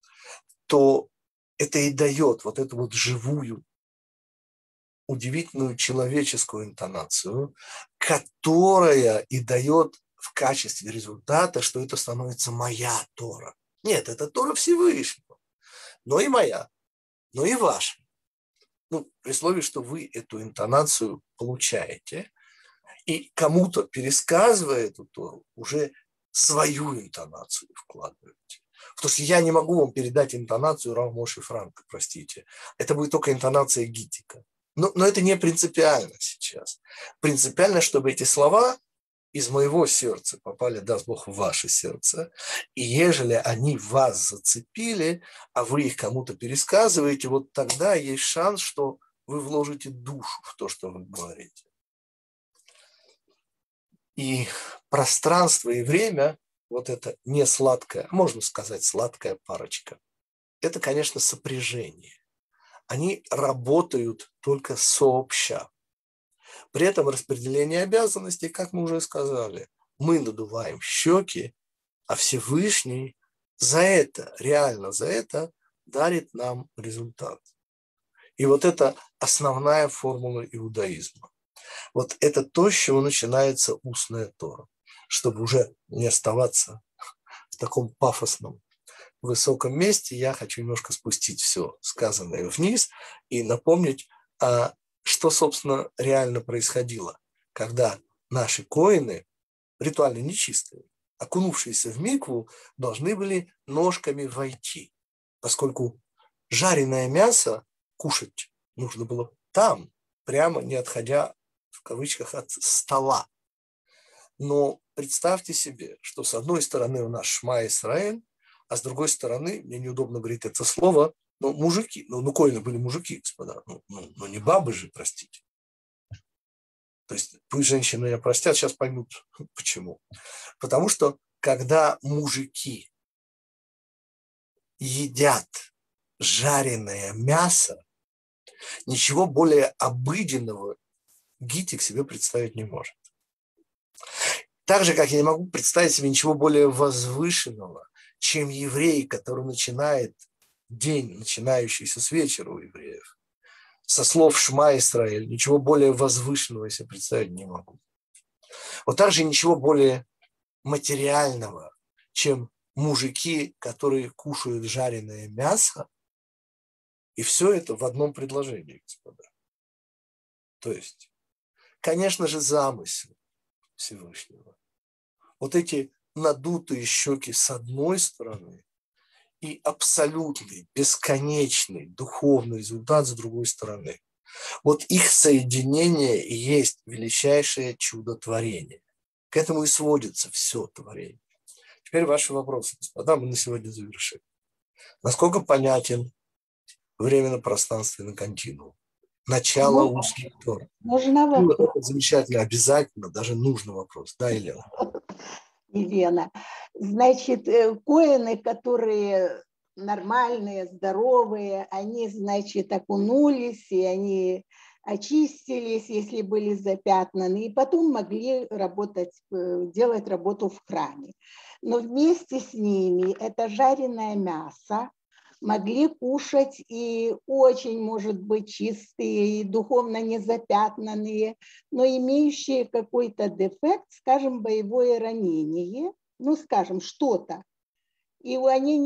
то это и дает вот эту вот живую, удивительную человеческую интонацию, которая и дает в качестве результата, что это становится моя Тора. Нет, это Тора Всевышнего, но и моя, но и ваша. При условии, что вы эту интонацию получаете, и кому-то, пересказывая эту Тору, уже свою интонацию вкладываете. Потому что я не могу вам передать интонацию Рав Моше Франка, простите. Это будет только интонация Гитика. Но это не принципиально сейчас. Принципиально, чтобы эти слова из моего сердца попали, даст Бог, в ваше сердце. И ежели они вас зацепили, а вы их кому-то пересказываете, вот тогда есть шанс, что вы вложите душу в то, что вы говорите. И пространство и время, вот это не сладкое, можно сказать, сладкая парочка, это, конечно, сопряжение. Они работают только сообща. При этом распределение обязанностей, как мы уже сказали, мы надуваем щеки, а Всевышний за это, реально за это, дарит нам результат. И вот это основная формула иудаизма. Вот это то, с чего начинается устная Тора, чтобы уже не оставаться в таком пафосном высоком месте. Я хочу немножко спустить все сказанное вниз и напомнить, что, собственно, реально происходило, когда наши коэны, ритуально нечистые, окунувшиеся в микву, должны были ножками войти, поскольку жареное мясо кушать нужно было там, прямо не отходя, в кавычках, от стола. Но представьте себе, что с одной стороны у нас Шма Исраэль, а с другой стороны, мне неудобно говорить это слово, Ну, мужики, ну, коины были мужики, господа, ну, не бабы же, простите. То есть пусть женщины меня простят, сейчас поймут, почему. Потому что когда мужики едят жареное мясо, ничего более обыденного Гитик себе представить не может. Так же, как я не могу представить себе ничего более возвышенного, чем еврей, который начинает день, начинающийся с вечера у евреев, со слов «Шма Исраэль», ничего более возвышенного я себе представить не могу. Вот так же ничего более материального, чем мужики, которые кушают жареное мясо, и все это в одном предложении, господа. То есть, конечно же, замысел Всевышнего. Вот эти надутые щеки с одной стороны и абсолютный, бесконечный духовный результат с другой стороны. Вот их соединение и есть величайшее чудо творения. К этому и сводится все творение. Теперь ваши вопросы, господа, мы на сегодня завершим. Насколько понятен временно-пространственный континуум? Начало узких тор. Можно вопрос? Это замечательно, обязательно, даже нужный вопрос. Да, Елена? Елена. Значит, коины, которые нормальные, здоровые, они, значит, окунулись, и они очистились, если были запятнаны, и потом могли работать, делать работу в храме. Но вместе с ними это жареное мясо могли кушать и очень, может быть, чистые, и духовно не запятнанные, но имеющие какой-то дефект, скажем, боевое ранение, ну, скажем, что-то. И они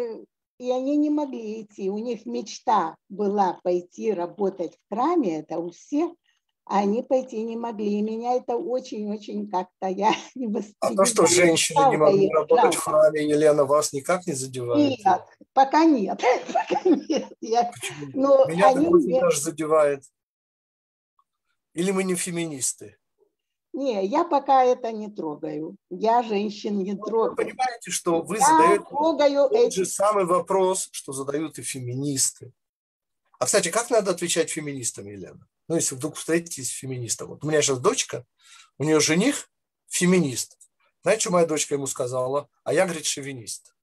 не могли идти. У них мечта была пойти работать в храме, это у всех, а они пойти не могли. И меня это очень-очень как-то я не воспринимаю. А то, что женщины не могли работать в храме, Елена, вас никак не задевает? Нет, пока нет. Пока нет. Почему? Но Меня они это очень даже задевает. Или мы не феминисты? Не, я пока это не трогаю. Я женщин не трогаю. Вы понимаете, что вы я задаете трогаю тот же самый вопрос, что задают и феминисты. А, кстати, как надо отвечать феминистам, Елена? Ну, если вдруг встретитесь с феминистом. Вот у меня сейчас дочка, у нее жених феминист. Знаете, что моя дочка ему сказала? А я, говорит, шовинист.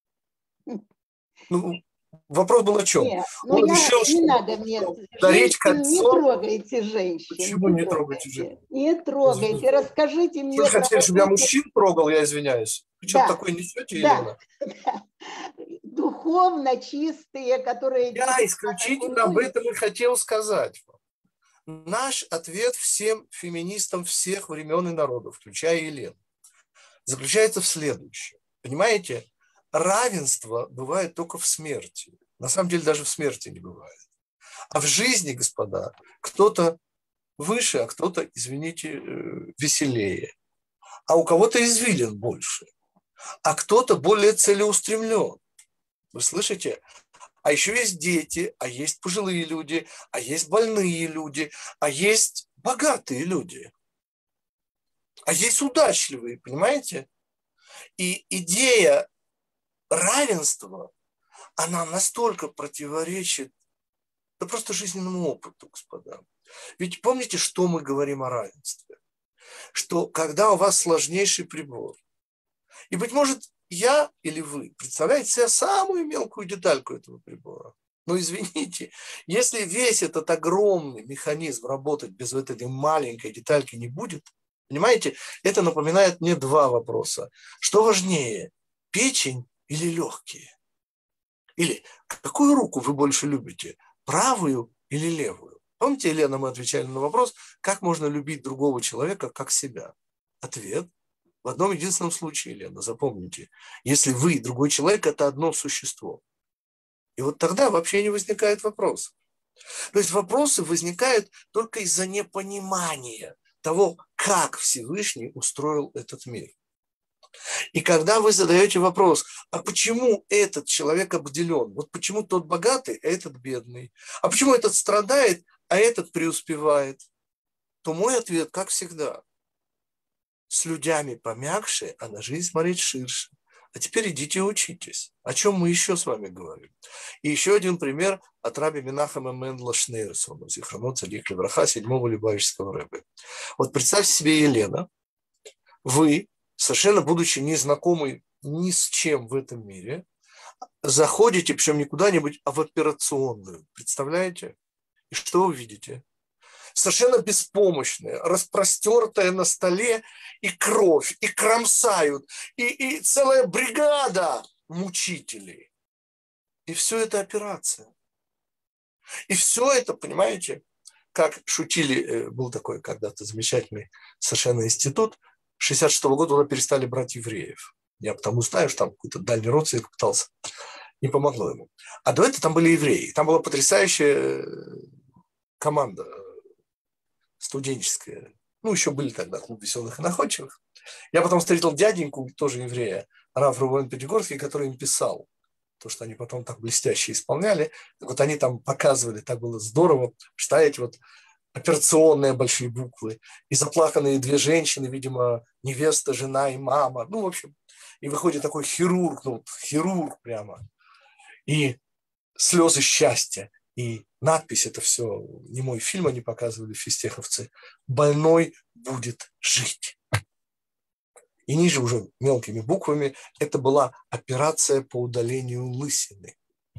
Ну, вопрос был о чем? Нет, Он решил, не что надо мне. дарить Женщин, не кольцо. трогайте женщин. Почему не трогайте женщин? Не трогайте. Расскажите мне. Вы хотели, чтобы я мужчин трогал, я извиняюсь. Вы что-то такое несете, Елена? Да. Духовно чистые, которые... Я исключительно об этом и хотел сказать. Наш ответ всем феминистам всех времен и народов, включая Елену, заключается в следующем. Понимаете, равенство бывает только в смерти. На самом деле даже в смерти не бывает. А в жизни, господа, кто-то выше, а кто-то, извините, веселее. А у кого-то извилин больше. А кто-то более целеустремлен. Вы слышите? А еще есть дети, а есть пожилые люди, а есть больные люди, а есть богатые люди. А есть удачливые, понимаете? И идея равенства, она настолько противоречит, да просто жизненному опыту, господа. Ведь помните, что мы говорим о равенстве? Что когда у вас сложнейший прибор, и, быть может, я или вы представляете себе самую мелкую детальку этого прибора. Но извините, если весь этот огромный механизм работать без вот этой маленькой детальки не будет, понимаете, это напоминает мне два вопроса. Что важнее, печень или легкие? Или какую руку вы больше любите, правую или левую? Помните, Елена, мы отвечали на вопрос, как можно любить другого человека, как себя? Ответ – в одном единственном случае, Елена, запомните, если вы и другой человек – это одно существо. И вот тогда вообще не возникает вопросов. То есть вопросы возникают только из-за непонимания того, как Всевышний устроил этот мир. И когда вы задаете вопрос, а почему этот человек обделен? Вот почему тот богатый, а этот бедный? А почему этот страдает, а этот преуспевает? То мой ответ, как всегда, с людьми помягче, а на жизнь смотреть ширше. А теперь идите и учитесь. О чем мы еще с вами говорим? И еще один пример от раби Менахема Мендела Шнейрсона, Зихроно Цадик Левраха, 7-го Любавичского рэбе. Вот представьте себе, Елена, вы, совершенно будучи незнакомы ни с чем в этом мире, заходите, причем не куда-нибудь, а в операционную. Представляете? И что вы видите? Совершенно беспомощная, распростертая на столе, и кровь, и кромсают, и целая бригада мучителей. И все это операция. И все это, понимаете, как шутили, был такой когда-то замечательный совершенно институт, 66-го года туда перестали брать евреев. Я потому знаю, что там какой-то дальний родственник пытался, не помогло ему. А до этого там были евреи. Там была потрясающая команда студенческая. Ну, еще были тогда клуб веселых и находчивых. Я потом встретил дяденьку, тоже еврея, Рав Рувен Пятигорский, который им писал. То, что они потом так блестяще исполняли. Так вот они там показывали, так было здорово. Читаете, вот операционные большие буквы. И заплаканные две женщины, видимо, невеста, жена и мама. Ну, в общем, и выходит такой хирург, ну, хирург прямо. И слезы счастья. И надпись, это все не мой фильм, они показывали, физтеховцы. Больной будет жить. И ниже уже мелкими буквами это была операция по удалению лысины.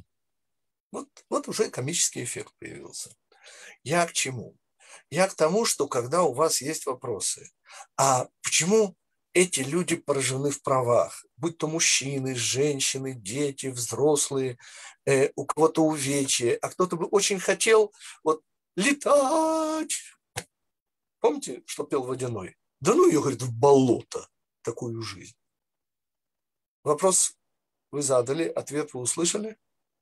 Вот уже комический эффект появился. Я к чему? Я к тому, что когда у вас есть вопросы, а почему эти люди поражены в правах, будь то мужчины, женщины, дети, взрослые, у кого-то увечья, а кто-то бы очень хотел вот летать. Помните, что пел Водяной? Да ну ее, говорит, в болото, такую жизнь. Вопрос вы задали, ответ вы услышали?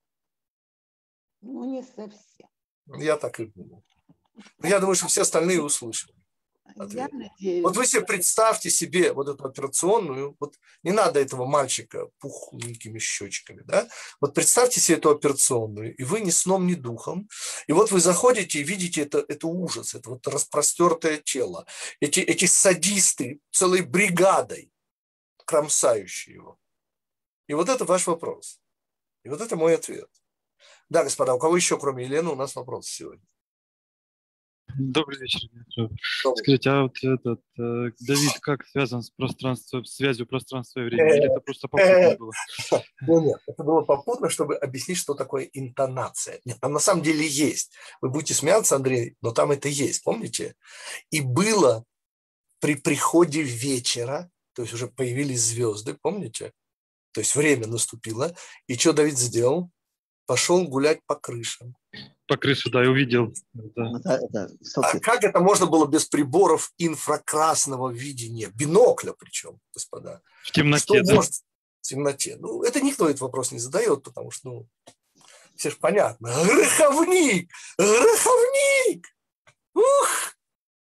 Ну, не совсем. Я так и думал. Но я думаю, что все остальные услышали. Я надеюсь. Вот вы себе представьте себе вот эту операционную, вот не надо этого мальчика пухленькими щечками, да? Вот представьте себе эту операционную, и вы ни сном, ни духом, и вот вы заходите и видите это ужас, это вот распростертое тело, эти садисты целой бригадой, кромсающие его. И вот это ваш вопрос. И вот это мой ответ. Да, господа, у кого еще, кроме Елены, у нас вопрос сегодня? Добрый вечер. Добрый. Скажите, а вот этот Давид как связан с связью пространства и времени? Или это просто попутно было? Ну, нет, это было попутно, чтобы объяснить, что такое интонация. Нет, там на самом деле есть. Вы будете смеяться, Андрей, но там это есть, помните? И было при приходе вечера, то есть уже появились звезды, помните? То есть время наступило. И что Давид сделал? Пошел гулять по крышам. По крыше, да, я увидел. Да. А как это можно было без приборов инфракрасного видения? Бинокля причем, господа. В темноте, что да? Может в темноте? Ну, это никто этот вопрос не задает, потому что, ну, все же понятно. Греховник! Греховник! Ух!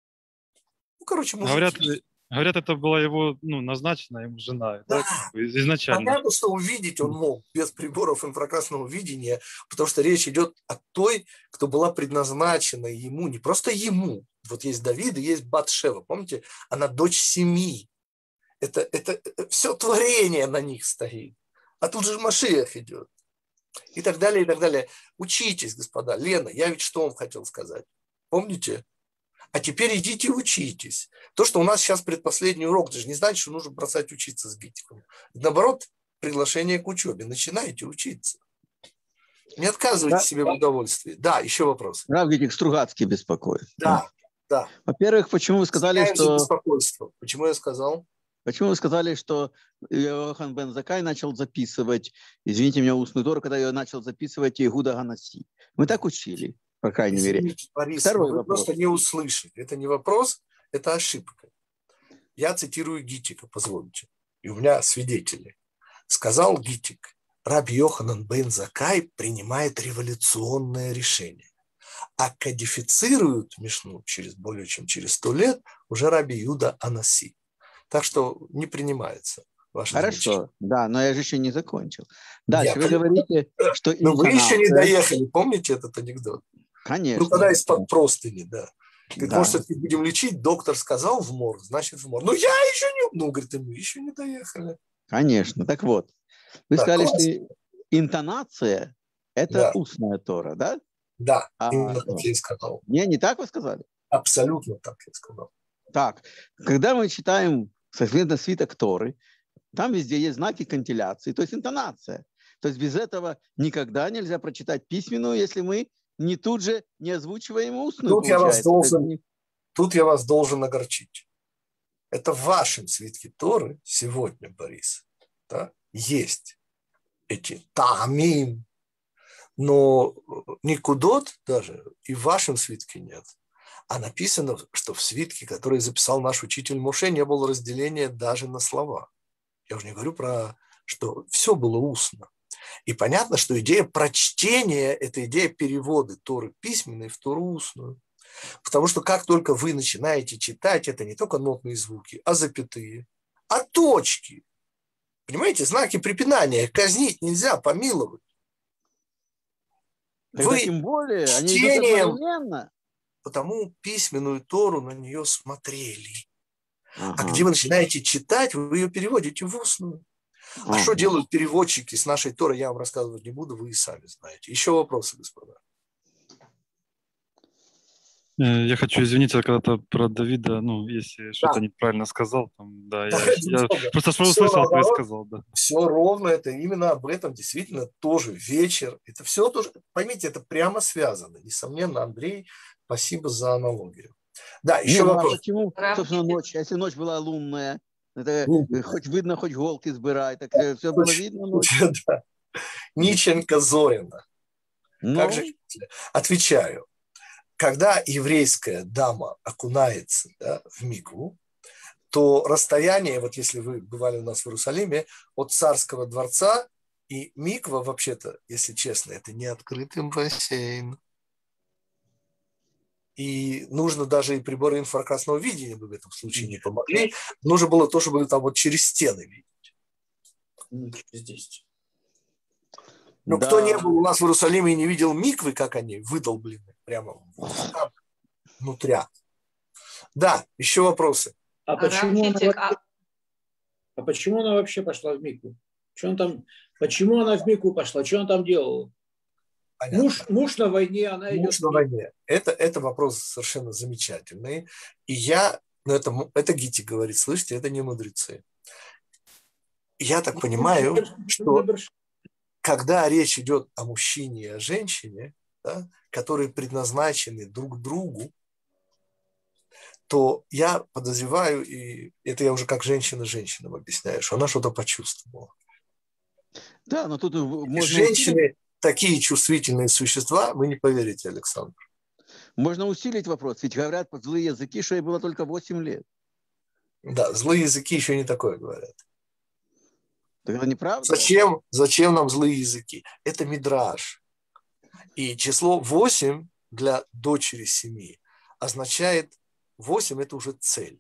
Ну, короче, мужики. Говорят, это была его, назначенная ему жена, да, изначально. Понятно, что увидеть он мог без приборов инфракрасного видения, потому что речь идет о той, кто была предназначена ему, не просто ему. Вот есть Давид и есть Батшева, помните? Она дочь семьи. Это все творение на них стоит. А тут же Машиах идет. И так далее, и так далее. Учитесь, господа. Лена, я ведь что вам хотел сказать? Помните? А теперь идите учитесь. То, что у нас сейчас предпоследний урок, это же не значит, что нужно бросать учиться с Гитиком. Наоборот, приглашение к учебе. Начинайте учиться. Не отказывайте себе в удовольствии. Да, еще вопрос. Рав Гитик Стругацкий беспокоит. Да. Во-первых, почему вы сказали, что... беспокойство. Почему я сказал? Почему вы сказали, что Йохан бен Заккай начал записывать, извините меня, устную Тору, когда ее начал записывать Игуда Ганаси? Мы так учили. По крайней мере. Борис, Второй вы вопрос. просто не услышали. Это не вопрос, это ошибка. Я цитирую Гитика, позвольте. И у меня свидетели. Сказал Гитик, Раби Йоханан бен Заккай принимает революционное решение. А кодифицируют Мишну более чем через 100 лет уже Раби Юда Анаси. Так что не принимается. Хорошо, да, но я же еще не закончил. Дальше вы говорите, что интонация... Но вы еще не доехали, помните этот анекдот? Конечно. Ну, когда из-под простыни, да. Да. Может, будем лечить, доктор сказал в морг, значит в морг. Ну, я еще не... Ну, говорит, мы еще не доехали. Конечно. Так вот, вы Да, сказали, класс. что интонация – это Да. устная Тора, да? Да, именно так я и сказал. Не так вы сказали? Абсолютно так я сказал. Так, когда мы читаем, соответственно, свиток Торы, там везде есть знаки кантиляции, то есть интонация. То есть без этого никогда нельзя прочитать письменную, если мы не тут же не озвучиваем устную, Тут я получается. Тут я вас должен огорчить. Это в вашем свитке Торы сегодня, Борис, да, есть эти таамим, но никудот даже и в вашем свитке нет. А написано, что в свитке, который записал наш учитель Моше, не было разделения даже на слова. Я уже не говорю про, что все было устно. И понятно, что идея прочтения – это идея перевода Торы письменной в Тору устную. Потому что как только вы начинаете читать, это не только нотные звуки, а запятые, а точки. Понимаете, знаки препинания. Казнить нельзя, помиловать. Вы тем более, они идут одновременно. Потому письменную Тору на нее смотрели. А где вы начинаете читать, вы ее переводите в устную. А что делают переводчики с нашей Торы, я вам рассказывать не буду, вы и сами знаете. Еще вопросы, господа? Я хочу извиниться когда-то про Давида, ну, если что-то неправильно сказал, там, да, я просто что услышал, то и сказал, да. Все ровно, это именно об этом, действительно, тоже вечер, это все тоже, поймите, это прямо связано. Несомненно, Андрей, спасибо за аналогию. Да, еще вопрос. А почему, собственно, ночь? Если ночь была лунная, это хоть видно, хоть голки сбирай, так все было видно ночью. Да. Ниченко Зорина. Как же отвечаю. Когда еврейская дама окунается, да, в микву, то расстояние, вот если вы бывали у нас в Иерусалиме, от царского дворца и миква, вообще-то, если честно, это не открытый бассейн. И нужно даже и приборы инфракрасного видения бы в этом случае не помогли. Нужно было то, чтобы там вот через стены видеть. Ну, через 10. Но да. Кто не был у нас в Иерусалиме и не видел миквы, как они выдолблены прямо внутря. Да, еще вопросы. А почему она вообще пошла в микву? Почему она в микву пошла? Что она там делала? Муж на войне, она идет. Муж на войне. Это вопрос совершенно замечательный. И это Гити говорит, слышите, это не мудрецы. Я так понимаю, что когда речь идет о мужчине и о женщине, да, которые предназначены друг другу, то я подозреваю, и это я уже как женщина женщинам объясняю, что она что-то почувствовала. Да, но тут можно... Женщины такие чувствительные существа, вы не поверите, Александр. Можно усилить вопрос, ведь говорят злые языки, что ей было только 8 лет. Да, злые языки еще не такое говорят. Так это неправда? Зачем нам злые языки? Это мидраш. И число 8 для дочери 7 означает 8 – это уже цель.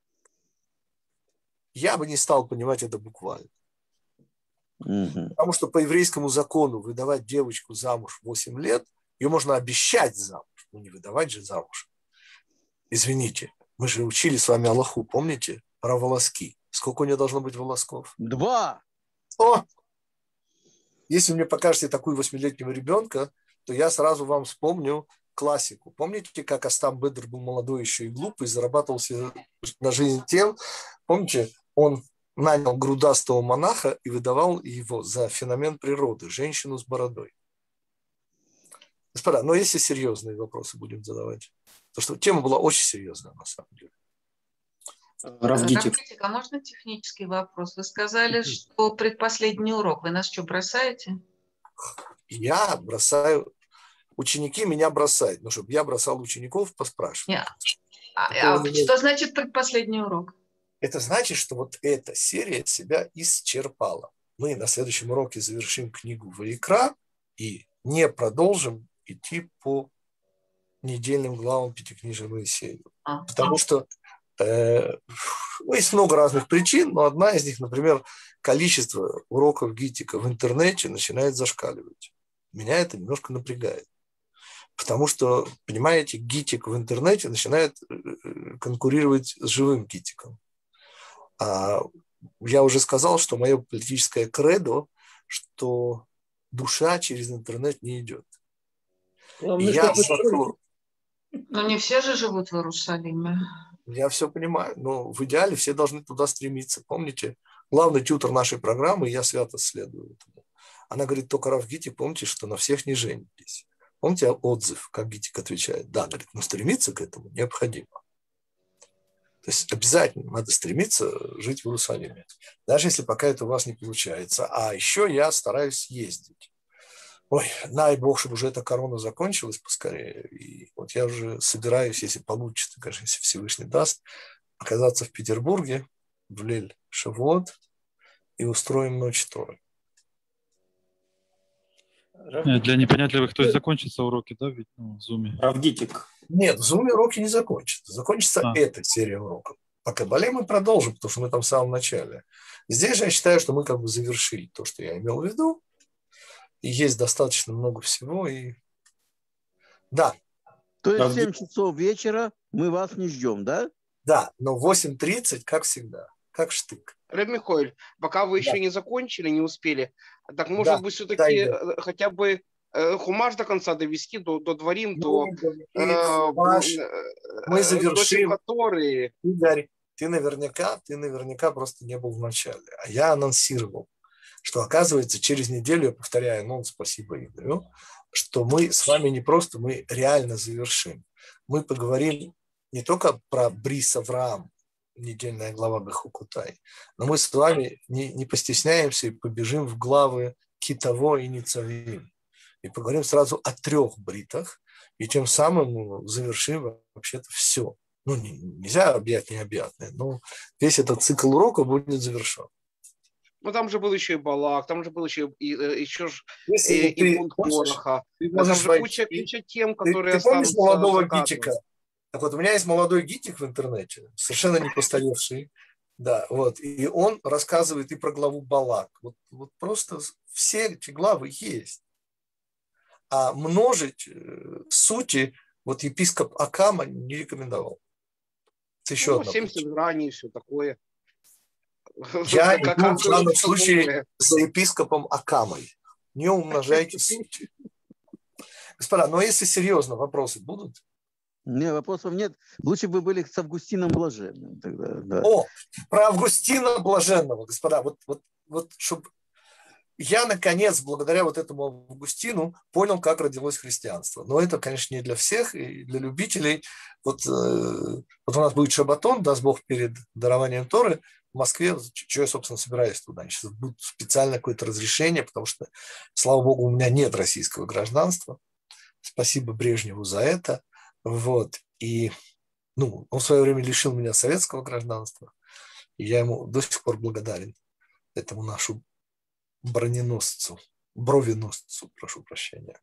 Я бы не стал понимать это буквально. Потому что по еврейскому закону выдавать девочку замуж в 8 лет, ее можно обещать замуж, но не выдавать же замуж. Извините, мы же учили с вами Аллаху, помните? Про волоски. Сколько у нее должно быть волосков? 2. О! Если мне покажете такую 8-летнего ребенка, то я сразу вам вспомню классику. Помните, как Остап Бедр был молодой еще и глупый, зарабатывал себе на жизнь тем, помните, он нанял грудастого монаха и выдавал его за феномен природы, женщину с бородой. Господа, но если серьезные вопросы будем задавать, потому что тема была очень серьезная на самом деле. Равгитик, а можно технический вопрос? Вы сказали, что предпоследний урок. Вы нас что, бросаете? Я бросаю. Ученики меня бросают. Но чтобы я бросал учеников, поспрашивать. Что значит предпоследний урок? Это значит, что вот эта серия себя исчерпала. Мы на следующем уроке завершим книгу Ваикра и не продолжим идти по недельным главам Пятикнижия Моисея. Потому что есть много разных причин, но одна из них, например, количество уроков Гитика в интернете начинает зашкаливать. Меня это немножко напрягает. Потому что, понимаете, Гитик в интернете начинает конкурировать с живым Гитиком. А я уже сказал, что мое политическое кредо, что душа через интернет не идет. Я но не все же живут в Иерусалиме. Я все понимаю, но в идеале все должны туда стремиться. Помните, главный тьютор нашей программы, я свято следую этому. Она говорит, только Рав Гитик, помните, что на всех не женитесь. Помните отзыв, как Гитик отвечает? Да, говорит, но стремиться к этому необходимо. То есть обязательно надо стремиться жить в Иерусалиме. Даже если пока это у вас не получается. А еще я стараюсь ездить. Ой, дай Бог, чтобы уже эта корона закончилась поскорее. И вот я уже собираюсь, если получится, конечно, если Всевышний даст, оказаться в Петербурге в Лель-Шавуот и устроим ночь Торы. Для непонятливых, то есть закончатся уроки, да, ведь в Зуме? Равгитик. Нет, в Зуме уроки не закончатся. Закончится эта серия уроков. По Кабале мы продолжим, потому что мы там в самом начале. Здесь же я считаю, что мы как бы завершили то, что я имел в виду. И есть достаточно много всего. И... Да. То есть в 7 часов вечера мы вас не ждем, да? Да, но в 8:30, как всегда, как штык. Реб Михаэль, пока вы еще не закончили, не успели, так может быть все-таки хотя бы хумаш до конца довести, до дворим, до мы завершим. Игорь, ты наверняка просто не был в начале. А я анонсировал, что оказывается через неделю, я повторяю, ну спасибо Игорю, что мы с вами не просто, мы реально завершим. Мы поговорим не только про Брис Авраам, недельная глава Бехукутай, но мы с вами не постесняемся и побежим в главы Китово и Ницавим. И поговорим сразу о 3 бритах, и тем самым завершим вообще-то все. Ну, нельзя объять необъятное, но весь этот цикл урока будет завершен. Ну, там же был еще и Балак, там же был еще и пункт Короха. Там же куча тем, которые останутся. Ты помнишь молодого Гитика? Так вот, у меня есть молодой Гитик в интернете, совершенно не постаревший. Да, вот. И он рассказывает и про главу Балак. Вот просто все эти главы есть. А множить сути вот епископ Акама не рекомендовал. Это еще одна 70 граней и все такое. Я иду в данном случае за епископом Акамой. Не умножайте сути. Господа, но если серьезно, вопросы будут? Нет, вопросов нет. Лучше бы были с Августином Блаженным тогда. Да. О, про Августина Блаженного, господа. Вот чтобы я, наконец, благодаря вот этому Августину понял, как родилось христианство. Но это, конечно, не для всех, и для любителей. Вот у нас будет шаббатон, даст Бог, перед дарованием Торы в Москве. Что я, собственно, собираюсь туда? Сейчас будет специально какое-то разрешение, потому что, слава Богу, у меня нет российского гражданства. Спасибо Брежневу за это. Вот. И он в свое время лишил меня советского гражданства. И я ему до сих пор благодарен, этому нашу броненосцу, бровеносцу, прошу прощения.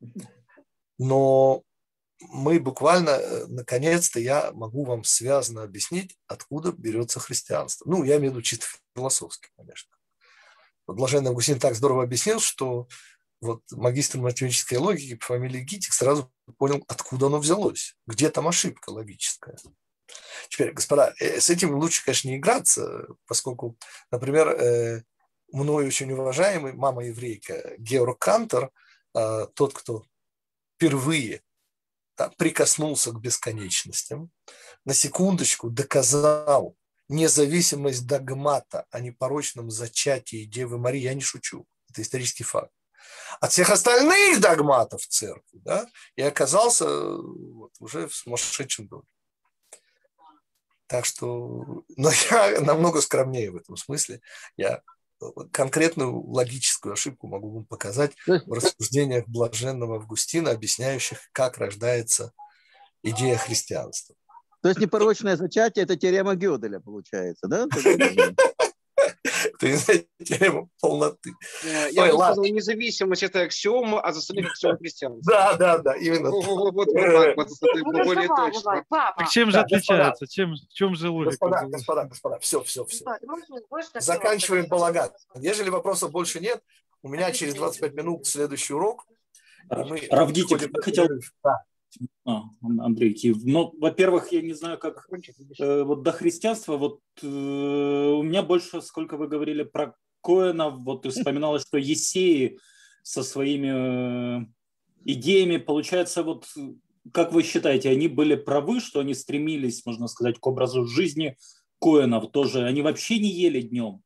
Но мы буквально, наконец-то, я могу вам связно объяснить, откуда берется христианство. Я имею в виду чисто философски, конечно. Блаженный Августин так здорово объяснил, что вот магистр математической логики по фамилии Гитик сразу понял, откуда оно взялось, где там ошибка логическая. Теперь, господа, с этим лучше, конечно, не играться, поскольку, например, мной очень уважаемый мама-еврейка Георг Кантор, тот, кто впервые прикоснулся к бесконечностям, на секундочку доказал независимость догмата о непорочном зачатии Девы Марии. Я не шучу, это исторический факт. От всех остальных догматов церкви, да, и оказался уже в сумасшедшем доме. Так что, но я намного скромнее в этом смысле. Я конкретную логическую ошибку могу вам показать в рассуждениях блаженного Августина, объясняющих, как рождается идея христианства. То есть непорочное зачатие – это теорема Гёделя, получается, да? То есть теорема полноты. Я бы сказал, независимость – это аксиома, а за остальных аксиома христианства. Да, именно. Вот так вот, более точно. Так чем же отличается? В чем же логика? Господа, все. Заканчиваем балаган. Ежели вопросов больше нет, у меня через 25 минут следующий урок. Равгитик, Андрей Киев. Ну, во-первых, я не знаю, как вот до христианства, вот у меня больше, сколько вы говорили про Коэнов, вот вспоминалось, что Ессеи со своими идеями, получается, вот как вы считаете, они были правы, что они стремились, можно сказать, к образу жизни Коэнов тоже? Они вообще не ели днем?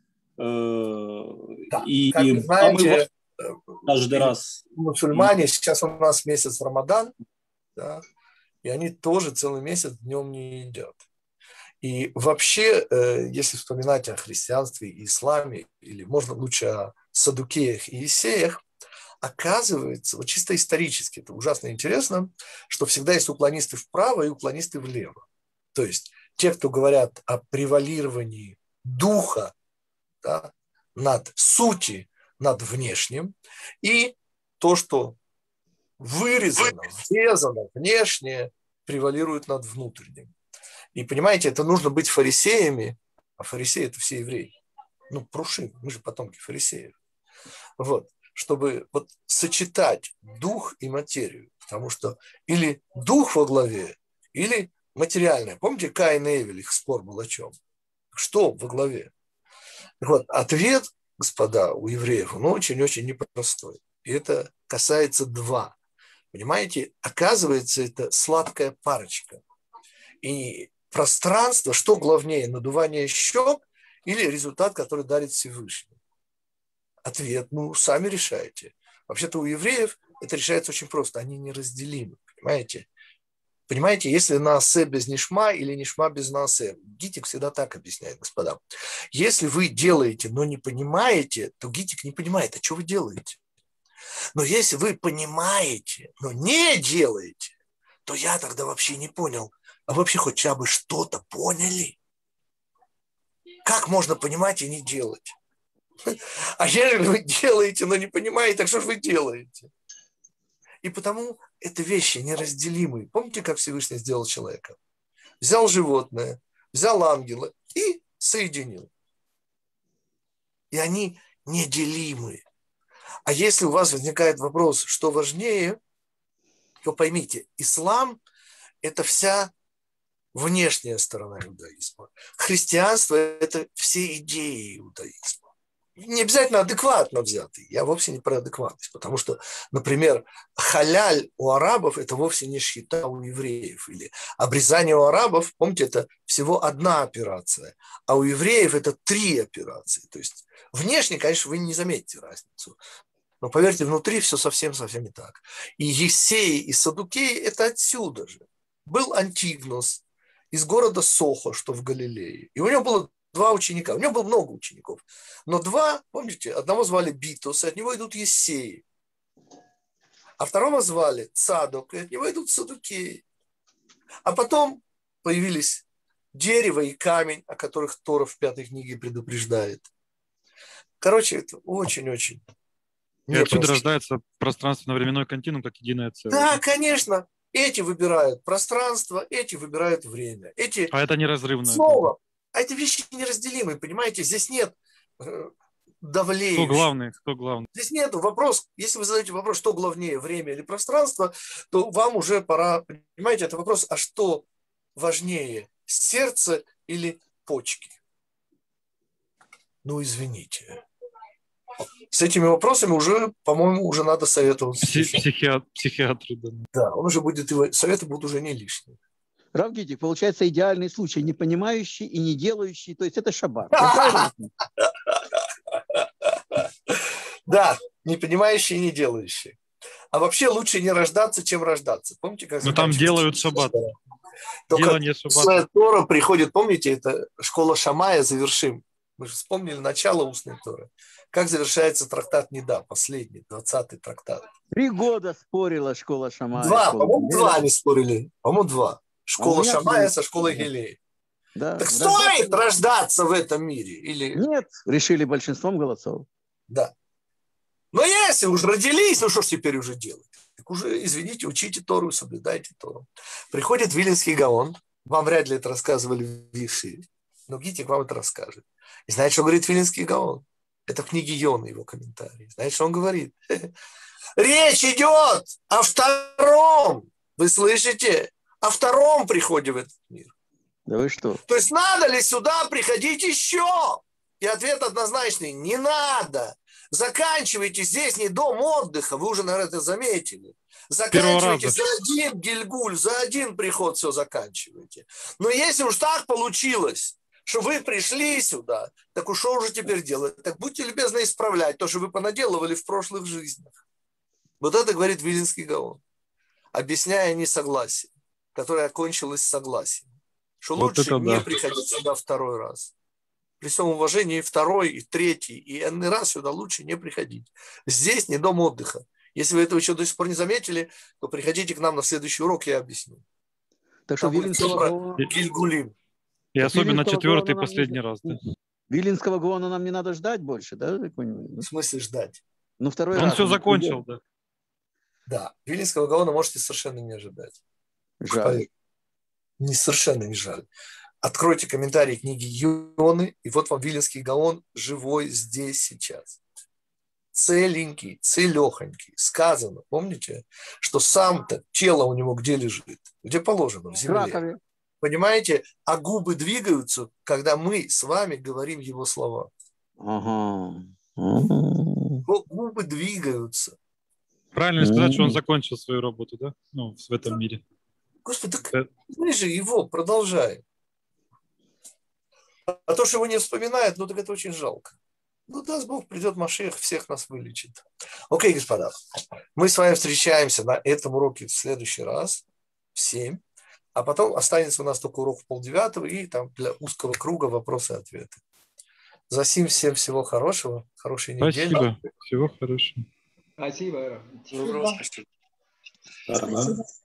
Да, и как вы знаете, каждый раз. Мусульмане, сейчас у нас месяц Рамадан, да, и они тоже целый месяц днем не едят. И вообще, если вспоминать о христианстве и исламе, или можно лучше о саддукеях и ессеях, оказывается, вот чисто исторически, это ужасно интересно, что всегда есть уклонисты вправо и уклонисты влево. То есть те, кто говорят о превалировании духа, да, над сути, над внешним, и то, что вырезано, врезано внешнее, превалирует над внутренним. И понимаете, это нужно быть фарисеями, а фарисеи – это все евреи. Ну, прушим, мы же потомки фарисеев. Вот, чтобы вот сочетать дух и материю, потому что или дух во главе, или материальное. Помните, Каин и Эвель, их спор был о чем? Что во главе? Вот, ответ, господа, у евреев, он очень-очень непростой. И это касается два. Понимаете, оказывается, это сладкая парочка. И пространство, что главнее, надувание щек или результат, который дарит Всевышний? Ответ, ну, сами решайте. Вообще-то у евреев это решается очень просто. Они неразделимы, понимаете? Понимаете, если наасе без нишма или нишма без наасе. Гитик всегда так объясняет, господа. Если вы делаете, но не понимаете, то Гитик не понимает, а что вы делаете. Но если вы понимаете, но не делаете, то я тогда вообще не понял. А вообще хотя бы что-то поняли? Как можно понимать и не делать? А если вы делаете, но не понимаете, так что же вы делаете? И потому это вещи неразделимые. Помните, как Всевышний сделал человека? Взял животное, взял ангела и соединил. И они неделимы. А если у вас возникает вопрос, что важнее, то поймите, ислам – это вся внешняя сторона иудаизма. Христианство – это все идеи иудаизма. Не обязательно адекватно взятый. Я вовсе не про адекватность. Потому что, например, халяль у арабов – это вовсе не шхита у евреев. Или обрезание у арабов, помните, это всего одна операция. А у евреев это 3 операции. То есть внешне, конечно, вы не заметите разницу. Но поверьте, внутри все совсем-совсем не так. И Ессеи и Саддукеи – это отсюда же. Был Антигнос из города Сохо, что в Галилее. И у него было 2 ученика. У него было много учеников. Но 2, помните, одного звали Битос, и от него идут Ессеи. А второго звали Цадок, и от него идут Саддукеи. А потом появились дерево и камень, о которых Тора в 5 книге предупреждает. Короче, это очень-очень. И отсюда рождается пространственно-временной континуум как единое целое. Да, конечно. Эти выбирают пространство, эти выбирают время. Эти а это неразрывно. Снова. А эти вещи неразделимы, понимаете? Здесь нет давлеющих. Кто главный? Здесь нет вопрос. Если вы задаете вопрос, что главнее, время или пространство, то вам уже пора, понимаете, это вопрос, а что важнее, сердце или почки? Ну, извините. С этими вопросами уже, по-моему, уже надо советоваться. Психиатру, да. Да, он уже будет, советы будут уже не лишние. Рав Гитик, получается идеальный случай, не понимающий и не делающий, то есть это шаббат. Да, не понимающий и не делающий. А вообще лучше не рождаться, чем рождаться. Помните, как там делают шаббат. Только устная Тора приходит, помните, это школа Шамая, завершим. Мы же вспомнили начало устной Торы. Как завершается трактат Нида, последний, 20-й трактат. 3 года спорила школа Шамая. 2, по-моему, 2 они спорили. По-моему, 2. Школа Шамая со школой Гилея. Да. Так стоит рождаться в этом мире? Или... Нет, решили большинством голосов. Да. Но если уже родились, ну что ж теперь уже делать? Так уже, извините, учите Тору, соблюдайте Тору. Приходит Виленский Гаон, вам вряд ли это рассказывали в Ешиве, но Гитик вам это расскажет. И знаете, что говорит Виленский Гаон? Это в книге Йона его комментарий. Знаете, что он говорит? Речь идет о втором Вы слышите? О втором приходе в этот мир. Да вы что? То есть надо ли сюда приходить еще? И ответ однозначный. Не надо. Заканчивайте здесь не дом отдыха. Вы уже, наверное, это заметили. Заканчивайте за один Гильгуль, за один приход все заканчивайте. Но если уж так получилось, что вы пришли сюда, так уж что уже теперь делать? Так будьте любезны исправлять то, что вы понаделывали в прошлых жизнях. Вот это говорит Виленский Гаон, объясняя несогласие, которое окончилось согласием. Что вот лучше не приходить сюда второй раз. При всем уважении и второй, и третий, и n раз сюда лучше не приходить. Здесь не дом отдыха. Если вы этого еще до сих пор не заметили, то приходите к нам на следующий урок, я объясню. Так что Виленского Гильгулим. И особенно четвертый, последний раз. Да? Виленского Гаона нам не надо ждать больше, да? В смысле ждать? Ну, второй раз. Он все закончил, да. Да, Виленского Гаона можете совершенно не ожидать. Жаль. Не, совершенно не жаль. Откройте комментарии книги Йоны, и вот вам Виленский Гаон живой здесь сейчас. Целенький, целехонький. Сказано, помните, что сам-то тело у него где лежит? Где положено? В земле. Понимаете? А губы двигаются, когда мы с вами говорим его слова. Ага. Губы двигаются. Правильно сказать, что он закончил свою работу, да? Ну, в этом мире. Господи, так мы же его продолжаем. А то, что его не вспоминают, ну так это очень жалко. Ну, даст Бог, придет Машиах, всех нас вылечит. Окей, господа, мы с вами встречаемся на этом уроке в следующий раз в 7, а потом останется у нас только урок в 8:30 и там для узкого круга вопросы и ответы. За сим всем всего хорошего, хорошей недели. Спасибо, всего хорошего. Спасибо. Спасибо.